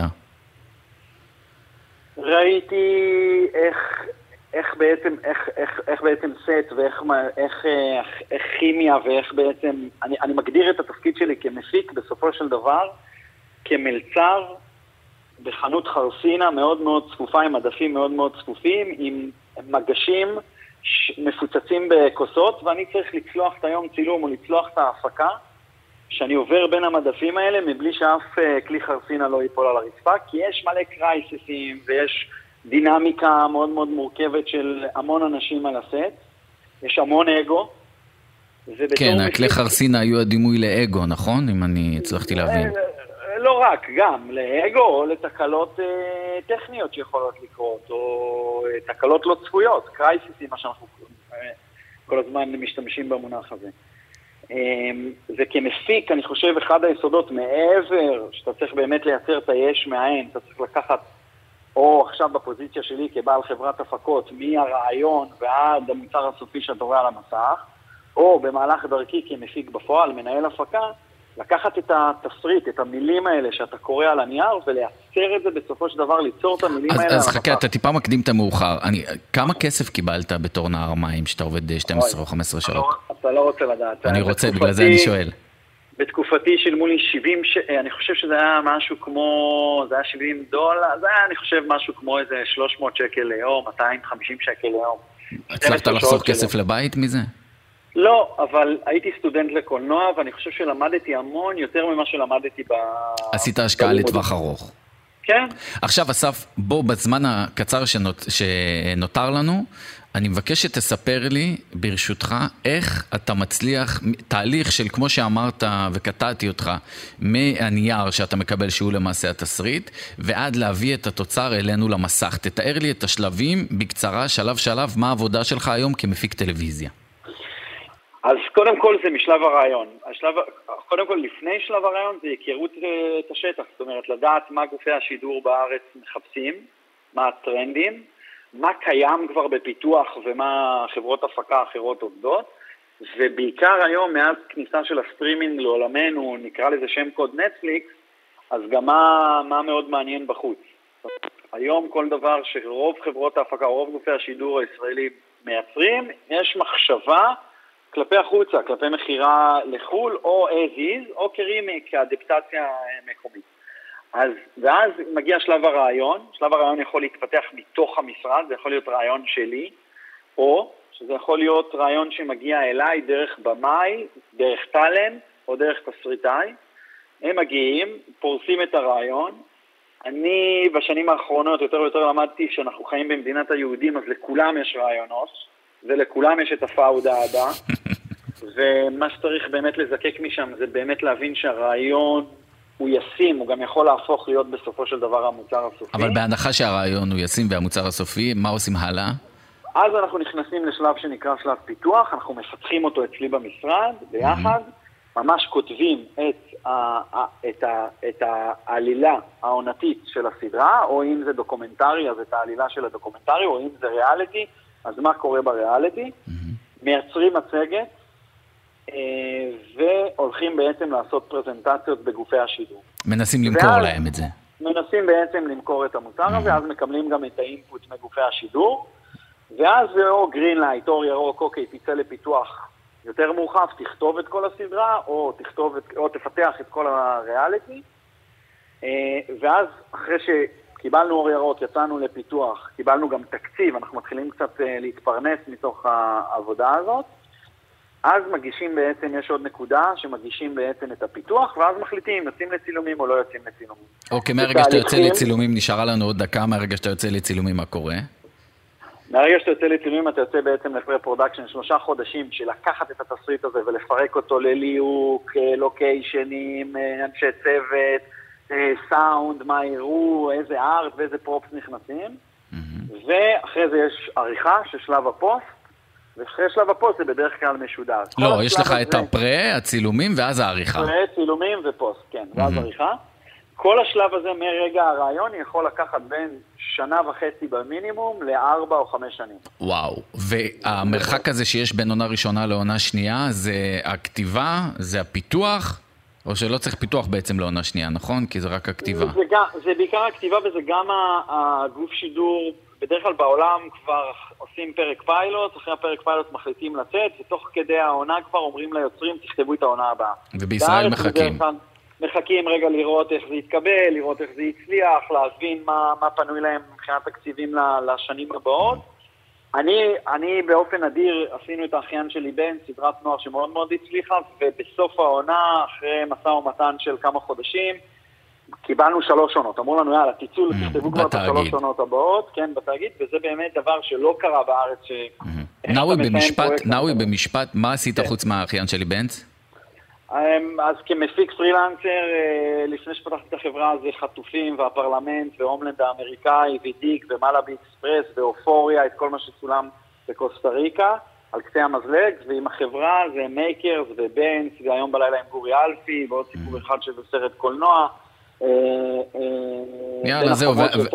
ראיתי איך... איך בעצם, איך, איך, איך בעצם סט ואיך איך, איך, איך כימיה ואיך בעצם, אני, אני מגדיר את התפקיד שלי כמפיק בסופו של דבר, כמלצר בחנות חרסינה מאוד מאוד צפופה, עם מדפים מאוד מאוד צפופים, עם מגשים מפוצצים בכוסות, ואני צריך לצלוח את היום צילום או לצלוח את ההפקה, שאני עובר בין המדפים האלה מבלי שאף כלי חרסינה לא ייפול על הרצפה, כי יש מלא קרייסיסים ויש דינמיקה מאוד מאוד מורכבת של המון אנשים על הסט, יש המון אגו. כן, הכלי חרסינה היו הדימוי לאגו, נכון? אם אני הצלחתי להבין. לא רק, גם לאגו או לתקלות טכניות שיכולות לקרות, או תקלות לא צפויות, קרייסיסים, מה שאנחנו כל הזמן משתמשים במונח הזה. זה כמפיק, אני חושב, אחד היסודות מעבר, שאתה צריך באמת לייצר את היש מהעין, אתה צריך לקחת או עכשיו בפוזיציה שלי כבעל חברת הפקות, מהרעיון ועד המוצר הסופי שאתה רואה על המסך, או במהלך דרכי כמפיק בפועל, מנהל הפקה, לקחת את התסריט, את המילים האלה שאתה קורא על הנייר, ולייצר את זה בסופו של דבר, ליצור את המילים אז, האלה אז על המסך. אז חכה, אתה טיפה מקדים את המאוחר. אני, כמה כסף קיבלת בתור נער מים, שאתה עובד שתים עשרה או חמש עשרה שעות? אתה לא רוצה לדעת. אני רוצה, בגלל זה אני שואל. בתקופתי שילמו לי שבעים, ש... אני חושב שזה היה משהו כמו, זה היה שבעים דולר, זה היה אני חושב משהו כמו איזה שלוש מאות שקל ליום, מאתיים וחמישים שקל ליום. הצלחת לחסוך כסף לבית מזה? לא, אבל הייתי סטודנט לקולנוע, ואני חושב שלמדתי המון יותר ממה שלמדתי ב... עשית השקעה לטווח ארוך. כן. עכשיו, אסף, בוא בזמן הקצר שנות... שנותר לנו, אני מבקש שתספר לי, ברשותך, איך אתה מצליח, תהליך של, כמו שאמרת וקטעתי אותך, מהנייר שאתה מקבל שהוא למעשה התסריט, ועד להביא את התוצר אלינו למסך. תתאר לי את השלבים בקצרה, שלב שלב, מה העבודה שלך היום כמפיק טלוויזיה. אז קודם כל זה משלב הרעיון. השלב, קודם כל לפני שלב הרעיון זה היכרות את השטח, זאת אומרת לדעת מה גופי השידור בארץ מחפשים, מה הטרנדים, מה קיים כבר בפיתוח ומה חברות הפקה אחרות עובדות, ובעיקר היום מאז כניסה של הסטרימינג לעולמנו, נקרא לזה שם קוד נטפליקס, אז גם מה, מה מאוד מעניין בחוץ. היום כל דבר שרוב חברות ההפקה, רוב גופי השידור הישראלים מייצרים, יש מחשבה כלפי החוצה, כלפי מחירה לחול, או as is, או כרימי, כאדפטציה מקומית. אז, ואז מגיע שלב הרעיון, שלב הרעיון יכול להתפתח מתוך המשרד, זה יכול להיות רעיון שלי, או שזה יכול להיות רעיון שמגיע אליי דרך במאי, דרך טלנט, או דרך תסריטאי. הם מגיעים, פורסים את הרעיון. אני בשנים האחרונות יותר ויותר למדתי שאנחנו חיים במדינת היהודים, אז לכולם יש רעיונות, ולכולם יש את הפאודה הבאה, ומה שצריך באמת לזקק משם זה באמת להבין שהרעיון הוא ישים, הוא גם יכול להפוך להיות בסופו של דבר המוצר הסופי. אבל בהנחה שהרעיון הוא ישים והמוצר הסופי, מה עושים הלאה? אז אנחנו נכנסים לשלב שנקרא שלב פיתוח, אנחנו מפתחים אותו אצלי במשרד, ביחד, ממש כותבים את, ה, את, ה, את העלילה העונתית של הסדרה, או אם זה דוקומנטרי, אז את העלילה של הדוקומנטרי, או אם זה ריאליטי, אז מה קורה בריאליטי? מייצרים מצגת, והולכים בעצם לעשות פרזנטציות בגופי השידור. מנסים למכור ואז, להם את זה. מנסים בעצם למכור את המוצר הזה, אז מקבלים גם את האינפוט מגופי השידור, ואז זה או גרין לייט, או ירוק, אוקיי, תצא לפיתוח יותר מורחב, תכתוב את כל הסדרה, או, תכתוב את, או תפתח את כל הריאליטי, ואז אחרי שקיבלנו אור ירוק, יצאנו לפיתוח, קיבלנו גם תקציב, אנחנו מתחילים קצת להתפרנס מתוך העבודה הזאת, אז מגישים בעצם, יש עוד נקודה שמגישים בעצם את הפיתוח, ואז מחליטים אם יוצאים לצילומים או לא יוצאים לצילומים. אוקיי, מהרגע שאתה יוצא לצילומים, נשארה לנו עוד דקה, מהרגע שאתה יוצא לצילומים, מה קורה? מהרגע שאתה יוצא לצילומים, אתה יוצא בעצם לפרי-פרודקשן, שלושה חודשים, של לקחת את התסריט הזה ולפרק אותו לליוק, לוקיישנים, אנשי צוות, סאונד, מה יראו, איזה ארט ואיזה פרופס נכנסים. ואחרי זה יש עריכה של שלב הפוסט, ואחרי שלב הפוסט זה בדרך כלל משודר. לא, יש לך את הפרה, הצילומים ואז העריכה. פרה, צילומים ופוסט, כן, ואז עריכה. כל השלב הזה מרגע הרעיון יכול לקחת בין שנה וחצי במינימום לארבע או חמש שנים. וואו, והמרחק הזה שיש בין עונה ראשונה לעונה שנייה, זה הכתיבה, זה הפיתוח, או שלא צריך פיתוח בעצם לעונה שנייה, נכון? כי זה רק הכתיבה. זה, גם, זה בעיקר הכתיבה וזה גם הגוף שידור, בדרך כלל בעולם כבר עושים פרק פיילוט, אחרי הפרק פיילוט מחליטים לצאת, ותוך כדי העונה כבר אומרים ליוצרים, תכתבו את העונה הבאה. ובישראל מחכים. מחכים רגע לראות איך זה יתקבל, לראות איך זה יצליח, להבין מה, מה פנוי להם מבחינת תקציבים לשנים הבאות. אני, אני באופן אדיר עשינו את האחיין שלי בן, סדרת נוער שמאוד מאוד הצליחה, ובסוף העונה, אחרי מסע ומתן של כמה חודשים, קיבלנו שלוש עונות. אמרו לנו, יאללה, תצאו, תכתבו כבר את השלוש עונות הבאות, כן, בתאגיד, וזה באמת דבר שלא קרה בארץ. ש... נאווי במשפט, נאווי במשפט, מה עשית חוץ מהאחיין שלי בנץ? אז כמפיק פרילנסר, לפני שפתחתי את החברה, זה חטופים והפרלמנט והומלנד האמריקאי ודיק ומלאבי אקספרס ואופוריה, את כל מה שצולם בקוסטה ריקה, על קצה המזלג, ועם החברה זה מייקרס ובנץ, והיום בלילה עם גורי אלפי, ועוד סיפור אחד שזה סרט קולנוע, יאללה, זהו,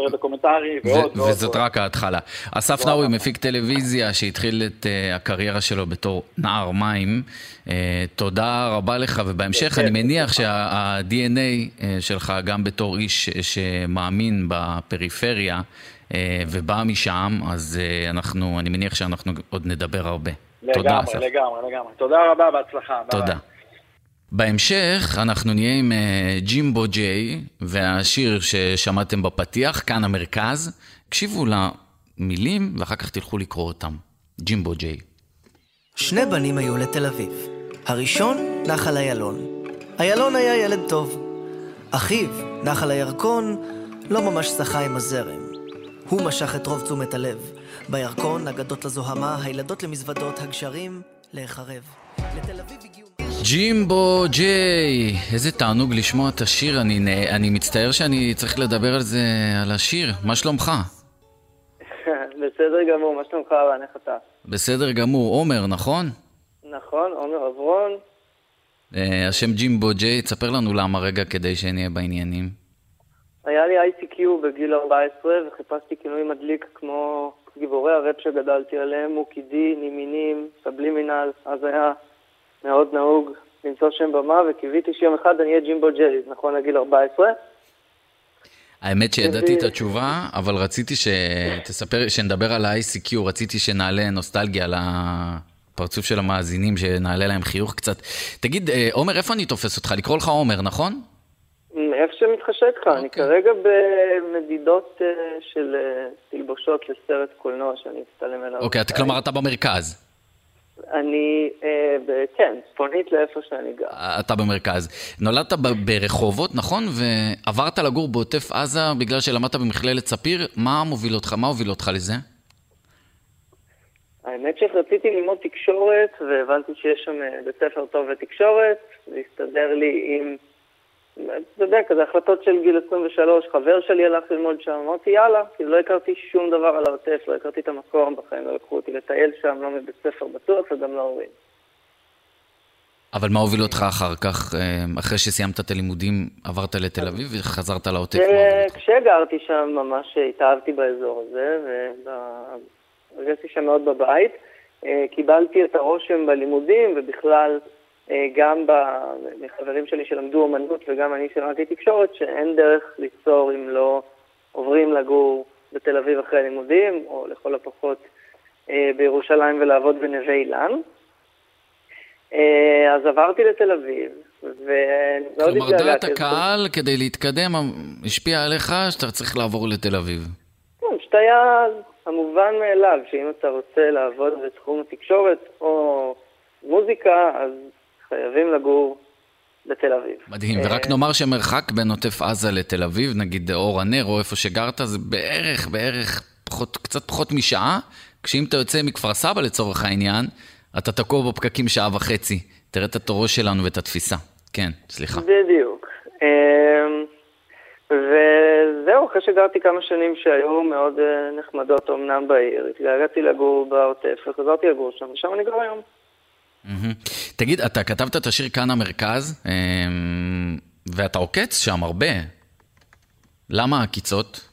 וזאת רק ההתחלה. אסף נאווי, מפיק טלוויזיה שהתחיל את הקריירה שלו בתור נער מים, תודה רבה לך, ובהמשך אני מניח שה-די אן איי שלך גם בתור איש שמאמין בפריפריה ובא משם, אז אנחנו, אני מניח שאנחנו עוד נדבר הרבה. לגמרי, לגמרי, לגמרי. תודה רבה, בהצלחה. תודה. בהמשך אנחנו נהיה עם ג'ימבו ג'יי והשיר ששמעתם בפתיח, כאן המרכז. הקשיבו למילים ואחר כך תלכו לקרוא אותם. ג'ימבו ג'יי. שני בנים היו לתל אביב. הראשון, נחל איילון. איילון היה ילד טוב. אחיו, נחל הירקון, לא ממש שחה עם הזרם. הוא משך את רוב תשומת הלב. בירקון, אגדות לזוהמה, הילדות למזוודות, הגשרים להיחרב. לתל אביב הגיעו... ג'ימבו ג'יי, איזה תענוג לשמוע את השיר. אני, אני מצטער שאני צריך לדבר על זה, על השיר. מה שלומך? בסדר גמור, מה שלומך ואנך אתה? בסדר גמור, עומר, נכון? נכון, עומר אברון. השם ג'ימבו ג'יי, תספר לנו למה רגע כדי שנהיה בעניינים. היה לי איי סי קיו בגיל ארבע עשרה וחיפשתי כינוי מדליק כמו גיבורי הראפ שגדלתי עליהם, מוקידי, נימינים, סבלימינל, אז היה מאוד נהוג למצוא שם במה, וקיוויתי שיום אחד אני אהיה ג'ימבו ג'יי, נכון לגיל ארבע עשרה. האמת שידעתי את התשובה, אבל רציתי שתספר, שנדבר על ה-איי סי קיו, רציתי שנעלה נוסטלגיה על הפרצוף של המאזינים, שנעלה להם חיוך קצת. תגיד, עומר, איפה אני תופס אותך? לקרוא לך עומר, נכון? איפה שמתחשק לך, אני כרגע במדידות של תלבושות לסרט קולנוע שאני אצטלם אליו. אוקיי, כלומר אתה במרכז. אני, כן, צפונית לאיפה שאני גר. אתה במרכז. נולדת ברחובות, נכון? ועברת לגור בעוטף עזה בגלל שלמדת במכללת ספיר. מה מוביל אותך? מה הוביל אותך לזה? האמת שרציתי ללמוד תקשורת, והבנתי שיש שם בית ספר טוב לתקשורת, והסתדר לי עם, אתה יודע, כזה החלטות של גיל עשרים ושלוש, חבר שלי הלך ללמוד שם, אמרתי יאללה, כי לא הכרתי שום דבר על העוטף, לא הכרתי את המקום בחיים, לא לקחו אותי לטייל שם, לא מבית ספר בטוח וגם לא הורים. אבל מה הוביל אותך אחר כך, אחרי שסיימת את הלימודים, עברת לתל אביב וחזרת לעוטף? כשגרתי שם ממש התאהבתי באזור הזה, והרגשתי שם מאוד בבית, קיבלתי את הרושם בלימודים ובכלל גם מחברים שלי שלמדו אומנות וגם אני שלמדתי תקשורת, שאין דרך ליצור אם לא עוברים לגור בתל אביב אחרי הלימודים, או לכל הפחות בירושלים ולעבוד בנווה אילן. אז עברתי לתל אביב, ומאוד כלומר, דעת הקהל כדי להתקדם השפיע עליך שאתה צריך לעבור לתל אביב. כן, שתהיה המובן מאליו, שאם אתה רוצה לעבוד בתחום התקשורת, או מוזיקה, אז חייבים לגור בתל אביב. מדהים, ורק נאמר שמרחק בין עוטף עזה לתל אביב, נגיד אור הנר או איפה שגרת, זה בערך, בערך, פחות, קצת פחות משעה, כשאם אתה יוצא מכפר סבא לצורך העניין, אתה תקוע בפקקים שעה וחצי. תראה את התורו שלנו ואת התפיסה. כן, סליחה. בדיוק. וזהו, אחרי שגרתי כמה שנים שהיו מאוד נחמדות אומנם בעיר, התגעגעתי לגור בעוטף וחזרתי לגור שם, ושם אני גר היום. תגיד, אתה כתבת את השיר כאן המרכז, ואתה עוקץ שם הרבה. למה הקיצות?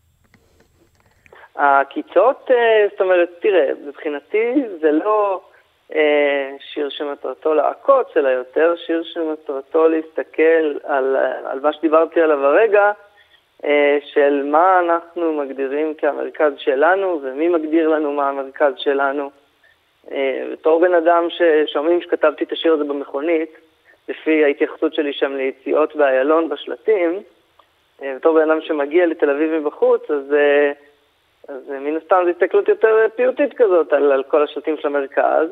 הקיצות, זאת אומרת, תראה, מבחינתי זה לא שיר שמטרתו לעקוץ, אלא יותר שיר שמטרתו להסתכל על, על מה שדיברתי עליו הרגע, של מה אנחנו מגדירים כהמרכז שלנו, ומי מגדיר לנו מה המרכז שלנו. בתור בן אדם ששומעים שכתבתי את השיר הזה במכונית, לפי ההתייחסות שלי שם ליציאות באיילון בשלטים, בתור בן אדם שמגיע לתל אביב מבחוץ, אז, אז מן הסתם זו הסתכלות יותר פיוטית כזאת על, על כל השלטים של המרכז,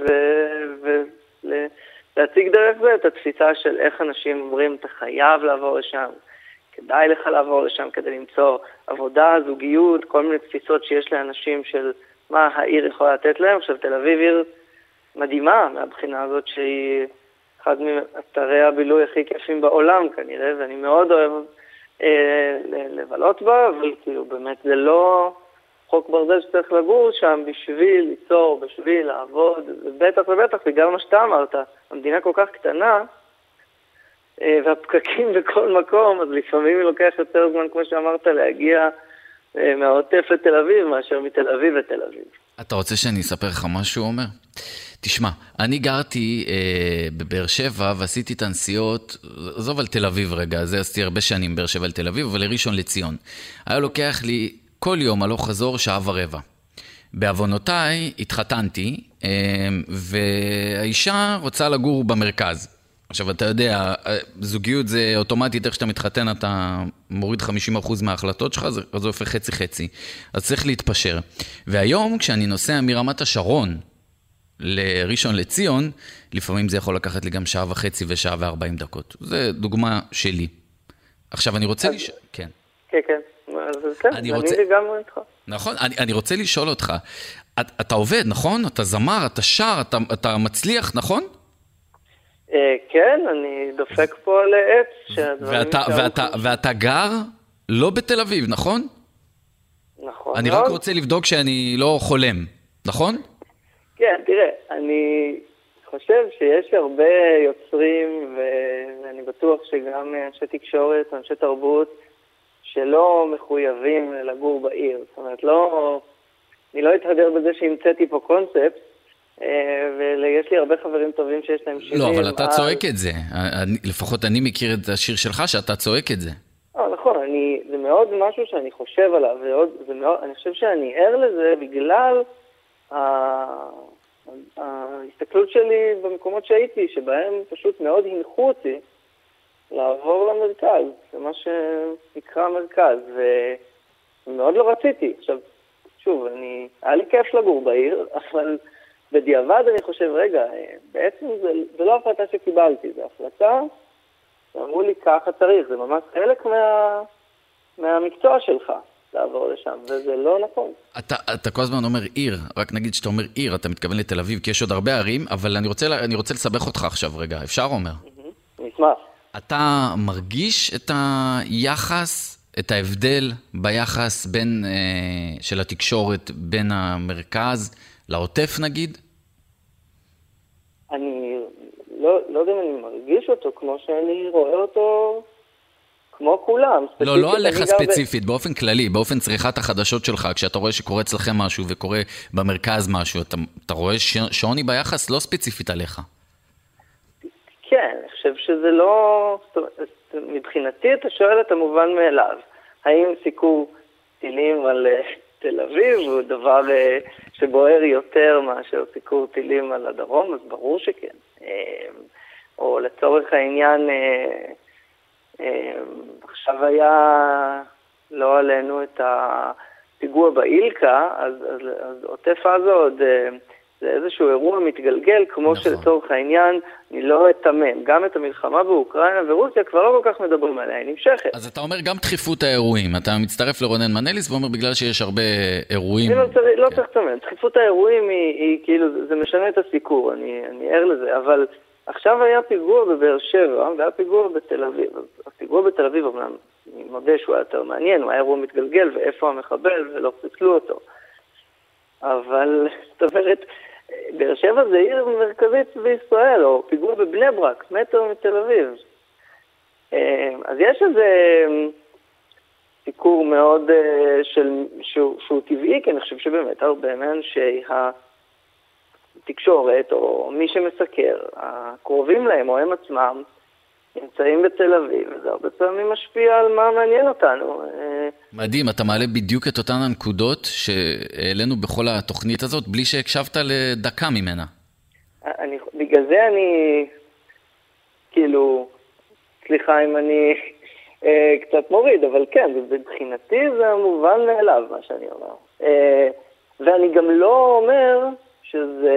ולהציג דרך זה את התפיסה של איך אנשים אומרים, אתה חייב לעבור לשם, כדאי לך לעבור לשם כדי למצוא עבודה, זוגיות, כל מיני תפיסות שיש לאנשים של מה העיר יכולה לתת להם. עכשיו, תל אביב עיר מדהימה מהבחינה הזאת שהיא אחד מאתרי הבילוי הכי כיפים בעולם כנראה, ואני מאוד אוהב אה, לבלות בה, אבל כאילו באמת זה לא חוק ברזל שצריך לגור שם בשביל ליצור, בשביל לעבוד, ובטח ובטח בגלל מה שאתה אמרת, המדינה כל כך קטנה, אה, והפקקים בכל מקום, אז לפעמים היא לוקח יותר זמן, כמו שאמרת, להגיע מהעוטף לתל אביב, מאשר מתל אביב לתל אביב. אתה רוצה שאני אספר לך מה שהוא אומר? תשמע, אני גרתי אה, בבאר שבע ועשיתי את הנסיעות, עזוב על תל אביב רגע, זה עשיתי הרבה שנים באר שבע לתל אביב, אבל לראשון לציון. היה לוקח לי כל יום הלוך חזור שעה ורבע. בעוונותיי התחתנתי, אה, והאישה רוצה לגור במרכז. עכשיו, אתה יודע, זוגיות זה אוטומטית, איך שאתה מתחתן, אתה מוריד חמישים אחוז מההחלטות שלך, זה הופך חצי-חצי. אז צריך להתפשר. והיום, כשאני נוסע מרמת השרון לראשון לציון, לפעמים זה יכול לקחת לי גם שעה וחצי ושעה וארבעים דקות. זה דוגמה שלי. עכשיו, אני רוצה לשאול... כן. כן, כן. אז כן, אני גם איתך. נכון, אני רוצה לשאול אותך. אתה עובד, נכון? אתה זמר, אתה שר, אתה מצליח, נכון? כן, אני דופק פה על עץ. ואתה, ואתה, ואתה גר לא בתל אביב, נכון? נכון. אני רק רוצה לבדוק שאני לא חולם, נכון? כן, תראה, אני חושב שיש הרבה יוצרים, ואני בטוח שגם אנשי תקשורת, אנשי תרבות, שלא מחויבים לגור בעיר. זאת אומרת, לא, אני לא אתהדר בזה שהמצאתי פה קונספט, ויש לי הרבה חברים טובים שיש להם שירים. לא, אבל אתה צועק את זה. לפחות אני מכיר את השיר שלך שאתה צועק את זה. נכון, זה מאוד משהו שאני חושב עליו, ואני חושב שאני ער לזה בגלל ההסתכלות שלי במקומות שהייתי, שבהם פשוט מאוד הנחו אותי לעבור למרכז, זה מה שנקרא מרכז, ומאוד לא רציתי. עכשיו, שוב, אני, היה לי כיף לגור בעיר, אבל בדיעבד אני חושב, רגע, בעצם זה, זה לא החלטה שקיבלתי, זה החלטה שאמרו לי ככה צריך, זה ממש חלק מה, מהמקצוע שלך לעבור לשם, וזה לא נכון. אתה, אתה כל הזמן אומר עיר, רק נגיד שאתה אומר עיר, אתה מתכוון לתל אביב, כי יש עוד הרבה ערים, אבל אני רוצה, אני רוצה לסבך אותך עכשיו רגע, אפשר אומר? נשמח. אתה מרגיש את היחס, את ההבדל ביחס בין, אה, של התקשורת בין המרכז לעוטף נגיד? אני לא, לא יודע אם אני מרגיש אותו כמו שאני רואה אותו כמו כולם. לא, לא עליך ספציפית, ב... באופן כללי, באופן צריכת החדשות שלך, כשאתה רואה שקורה אצלכם משהו וקורה במרכז משהו, אתה, אתה רואה שוני ביחס לא ספציפית עליך. כן, אני חושב שזה לא... מבחינתי אתה שואל את המובן מאליו. האם סיקור טילים על תל אביב הוא דבר שבוער יותר מאשר סיקור טילים על הדרום? אז ברור שכן. או לצורך העניין, עכשיו היה לא עלינו את הפיגוע באילקה, אז, אז, אז עוטף עזה עוד זה איזשהו אירוע מתגלגל, כמו נכון. שלצורך העניין, אני לא אתמם. גם את המלחמה באוקראינה ורוסיה כבר לא כל כך מדברים עליה, היא נמשכת. אז אתה אומר גם דחיפות האירועים. אתה מצטרף לרונן מנליס ואומר בגלל שיש הרבה אירועים. לא צריך, כן. לא צריך לתמם. דחיפות האירועים היא, היא כאילו, זה משנה את הסיקור, אני, אני ער לזה, אבל עכשיו היה פיגוע בבאר שבע, והיה פיגוע בתל אביב. הפיגוע בתל אביב, אמנם, אני מודה שהוא היה יותר מעניין, הוא היה אירוע מתגלגל, ואיפה המחבל, ולא פיצלו אותו. אבל, זאת אומרת, באר שבע זה עיר מרכזית בישראל, או פיגוע בבני ברק, מטר מתל אביב. אז יש איזה סיקור מאוד של, שהוא, שהוא טבעי, כי אני חושב שבאמת הרבה מאנשי התקשורת, או מי שמסקר, הקרובים להם, או הם עצמם, נמצאים בתל אביב, וזה הרבה פעמים משפיע על מה מעניין אותנו. מדהים, אתה מעלה בדיוק את אותן הנקודות שהעלינו בכל התוכנית הזאת, בלי שהקשבת לדקה ממנה. אני, בגלל זה אני, כאילו, סליחה אם אני אה, קצת מוריד, אבל כן, בבחינתי זה מובן מאליו, מה שאני אומר. אה, ואני גם לא אומר שזה...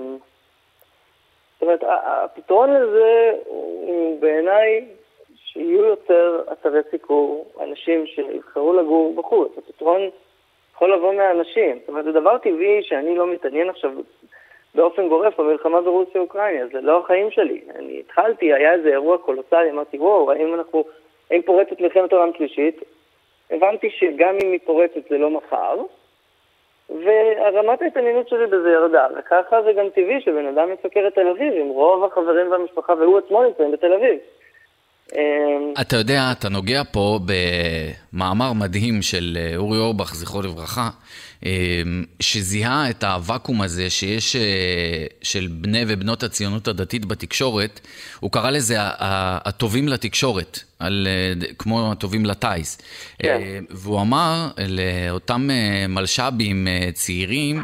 זאת אומרת, הפתרון לזה הוא בעיניי שיהיו יותר אתרי סיקור, אנשים שיבחרו לגור בחוץ. הפתרון יכול לבוא מהאנשים. זאת אומרת, זה דבר טבעי שאני לא מתעניין עכשיו באופן גורף במלחמה ברוסיה-אוקראינה. זה לא החיים שלי. אני התחלתי, היה איזה אירוע קולוסלי, אמרתי, וואו, האם אנחנו, האם פורצת מלחמת העולם שלישית? הבנתי שגם אם היא פורצת זה לא מחר. והרמת ההתעניינות שלי בזה ירדה, וככה זה גם טבעי שבן אדם מסקר את תל אביב, עם רוב החברים והמשפחה, והוא עצמו נמצאים בתל אביב. אתה יודע, אתה נוגע פה במאמר מדהים של אורי אורבך, זכרו לברכה, שזיהה את הוואקום הזה שיש של בני ובנות הציונות הדתית בתקשורת. הוא קרא לזה הטובים לתקשורת, על, כמו הטובים לטייס. כן. והוא אמר לאותם מלשבים צעירים,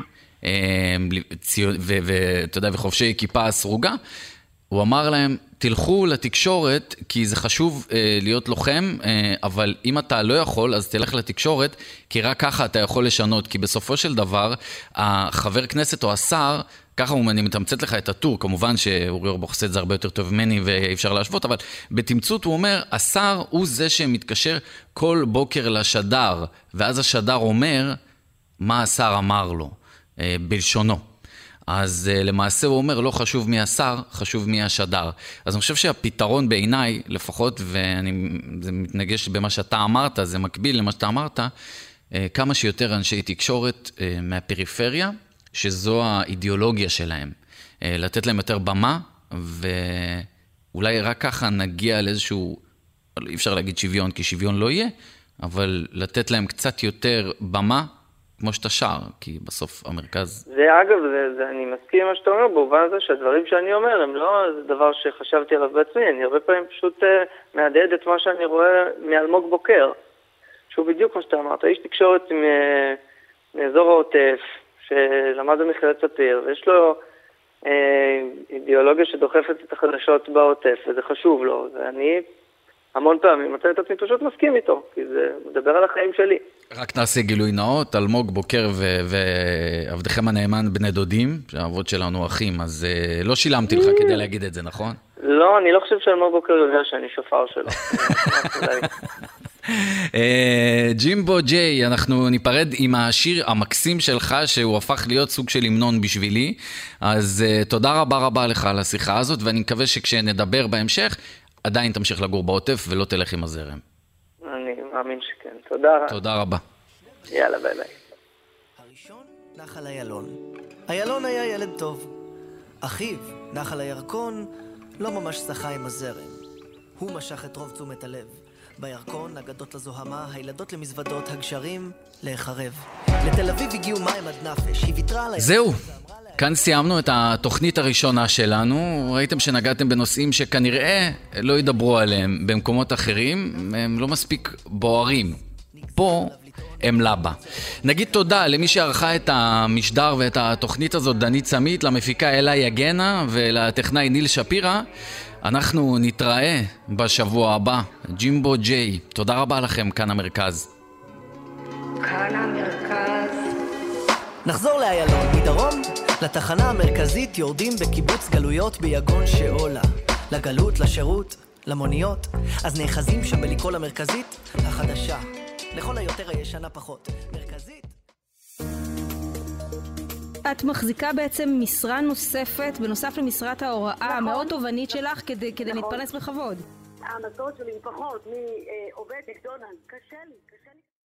ואתה יודע, וחובשי כיפה סרוגה, הוא אמר להם, תלכו לתקשורת, כי זה חשוב אה, להיות לוחם, אה, אבל אם אתה לא יכול, אז תלך לתקשורת, כי רק ככה אתה יכול לשנות, כי בסופו של דבר, החבר כנסת או השר, ככה הוא, אני מתמצאת לך את הטור, כמובן שאורי אורבך עושה את זה הרבה יותר טוב ממני, ואי אפשר להשוות, אבל בתמצות הוא אומר, השר הוא זה שמתקשר כל בוקר לשדר, ואז השדר אומר, מה השר אמר לו, אה, בלשונו. אז uh, למעשה הוא אומר, לא חשוב מי השר, חשוב מי השדר. אז אני חושב שהפתרון בעיניי, לפחות, וזה מתנגש במה שאתה אמרת, זה מקביל למה שאתה אמרת, uh, כמה שיותר אנשי תקשורת uh, מהפריפריה, שזו האידיאולוגיה שלהם. Uh, לתת להם יותר במה, ואולי רק ככה נגיע לאיזשהו, אי אפשר להגיד שוויון, כי שוויון לא יהיה, אבל לתת להם קצת יותר במה, כמו שאתה שר, כי בסוף המרכז... זה אגב, זה, זה, אני מסכים עם מה שאתה אומר, במובן הזה שהדברים שאני אומר הם לא דבר שחשבתי עליו בעצמי, אני הרבה פעמים פשוט uh, מעדד את מה שאני רואה מאלמוג בוקר, שהוא בדיוק כמו שאתה אמרת, איש תקשורת עם, uh, מאזור העוטף, שלמד במכללת ספיר, ויש לו uh, אידיאולוגיה שדוחפת את החדשות בעוטף, וזה חשוב לו, ואני... המון פעמים, מצא את עצמי פשוט מסכים איתו, כי זה מדבר על החיים שלי. רק נעשה גילוי נאות, אלמוג בוקר ועבדכם הנאמן בני דודים, שהאבות שלנו אחים, אז לא שילמתי לך כדי להגיד את זה, נכון? לא, אני לא חושב שאלמוג בוקר יודע שאני שופר שלו. ג'ימבו ג'יי, אנחנו ניפרד עם השיר המקסים שלך, שהוא הפך להיות סוג של המנון בשבילי, אז תודה רבה רבה לך על השיחה הזאת, ואני מקווה שכשנדבר בהמשך, עדיין תמשיך לגור בעוטף ולא תלך עם הזרם. אני מאמין שכן. תודה. תודה רבה. יאללה, ביי ביי. הראשון, נחל איילון. איילון היה ילד טוב. אחיו, נחל הירקון, לא ממש שחה עם הזרם. הוא משך את רוב תשומת הלב. בירקון, אגדות לזוהמה, הילדות למזוודות, הגשרים להיחרב. לתל אביב הגיעו מים עד נפש, היא ויתרה על... זהו. כאן סיימנו את התוכנית הראשונה שלנו, ראיתם שנגעתם בנושאים שכנראה לא ידברו עליהם במקומות אחרים, הם לא מספיק בוערים. פה הם לבה. נגיד תודה למי שערכה את המשדר ואת התוכנית הזאת, דנית סמית, למפיקה אלה יגנה ולטכנאי ניל שפירה. אנחנו נתראה בשבוע הבא. ג'ימבו ג'יי, תודה רבה לכם, כאן המרכז. כאן המרכז. נחזור לאיילון, מדרום לתחנה המרכזית יורדים בקיבוץ גלויות ביגון שאולה. לגלות, לשירות, למוניות, אז נאחזים שם בליקול המרכזית החדשה. לכל היותר הישנה פחות. מרכזית. את מחזיקה בעצם משרה נוספת, בנוסף למשרת ההוראה המאוד תובענית שלך, כדי, כדי להתפרנס בכבוד. ההמתות שלי פחות מעובד מקדונלד. קשה לי, קשה לי.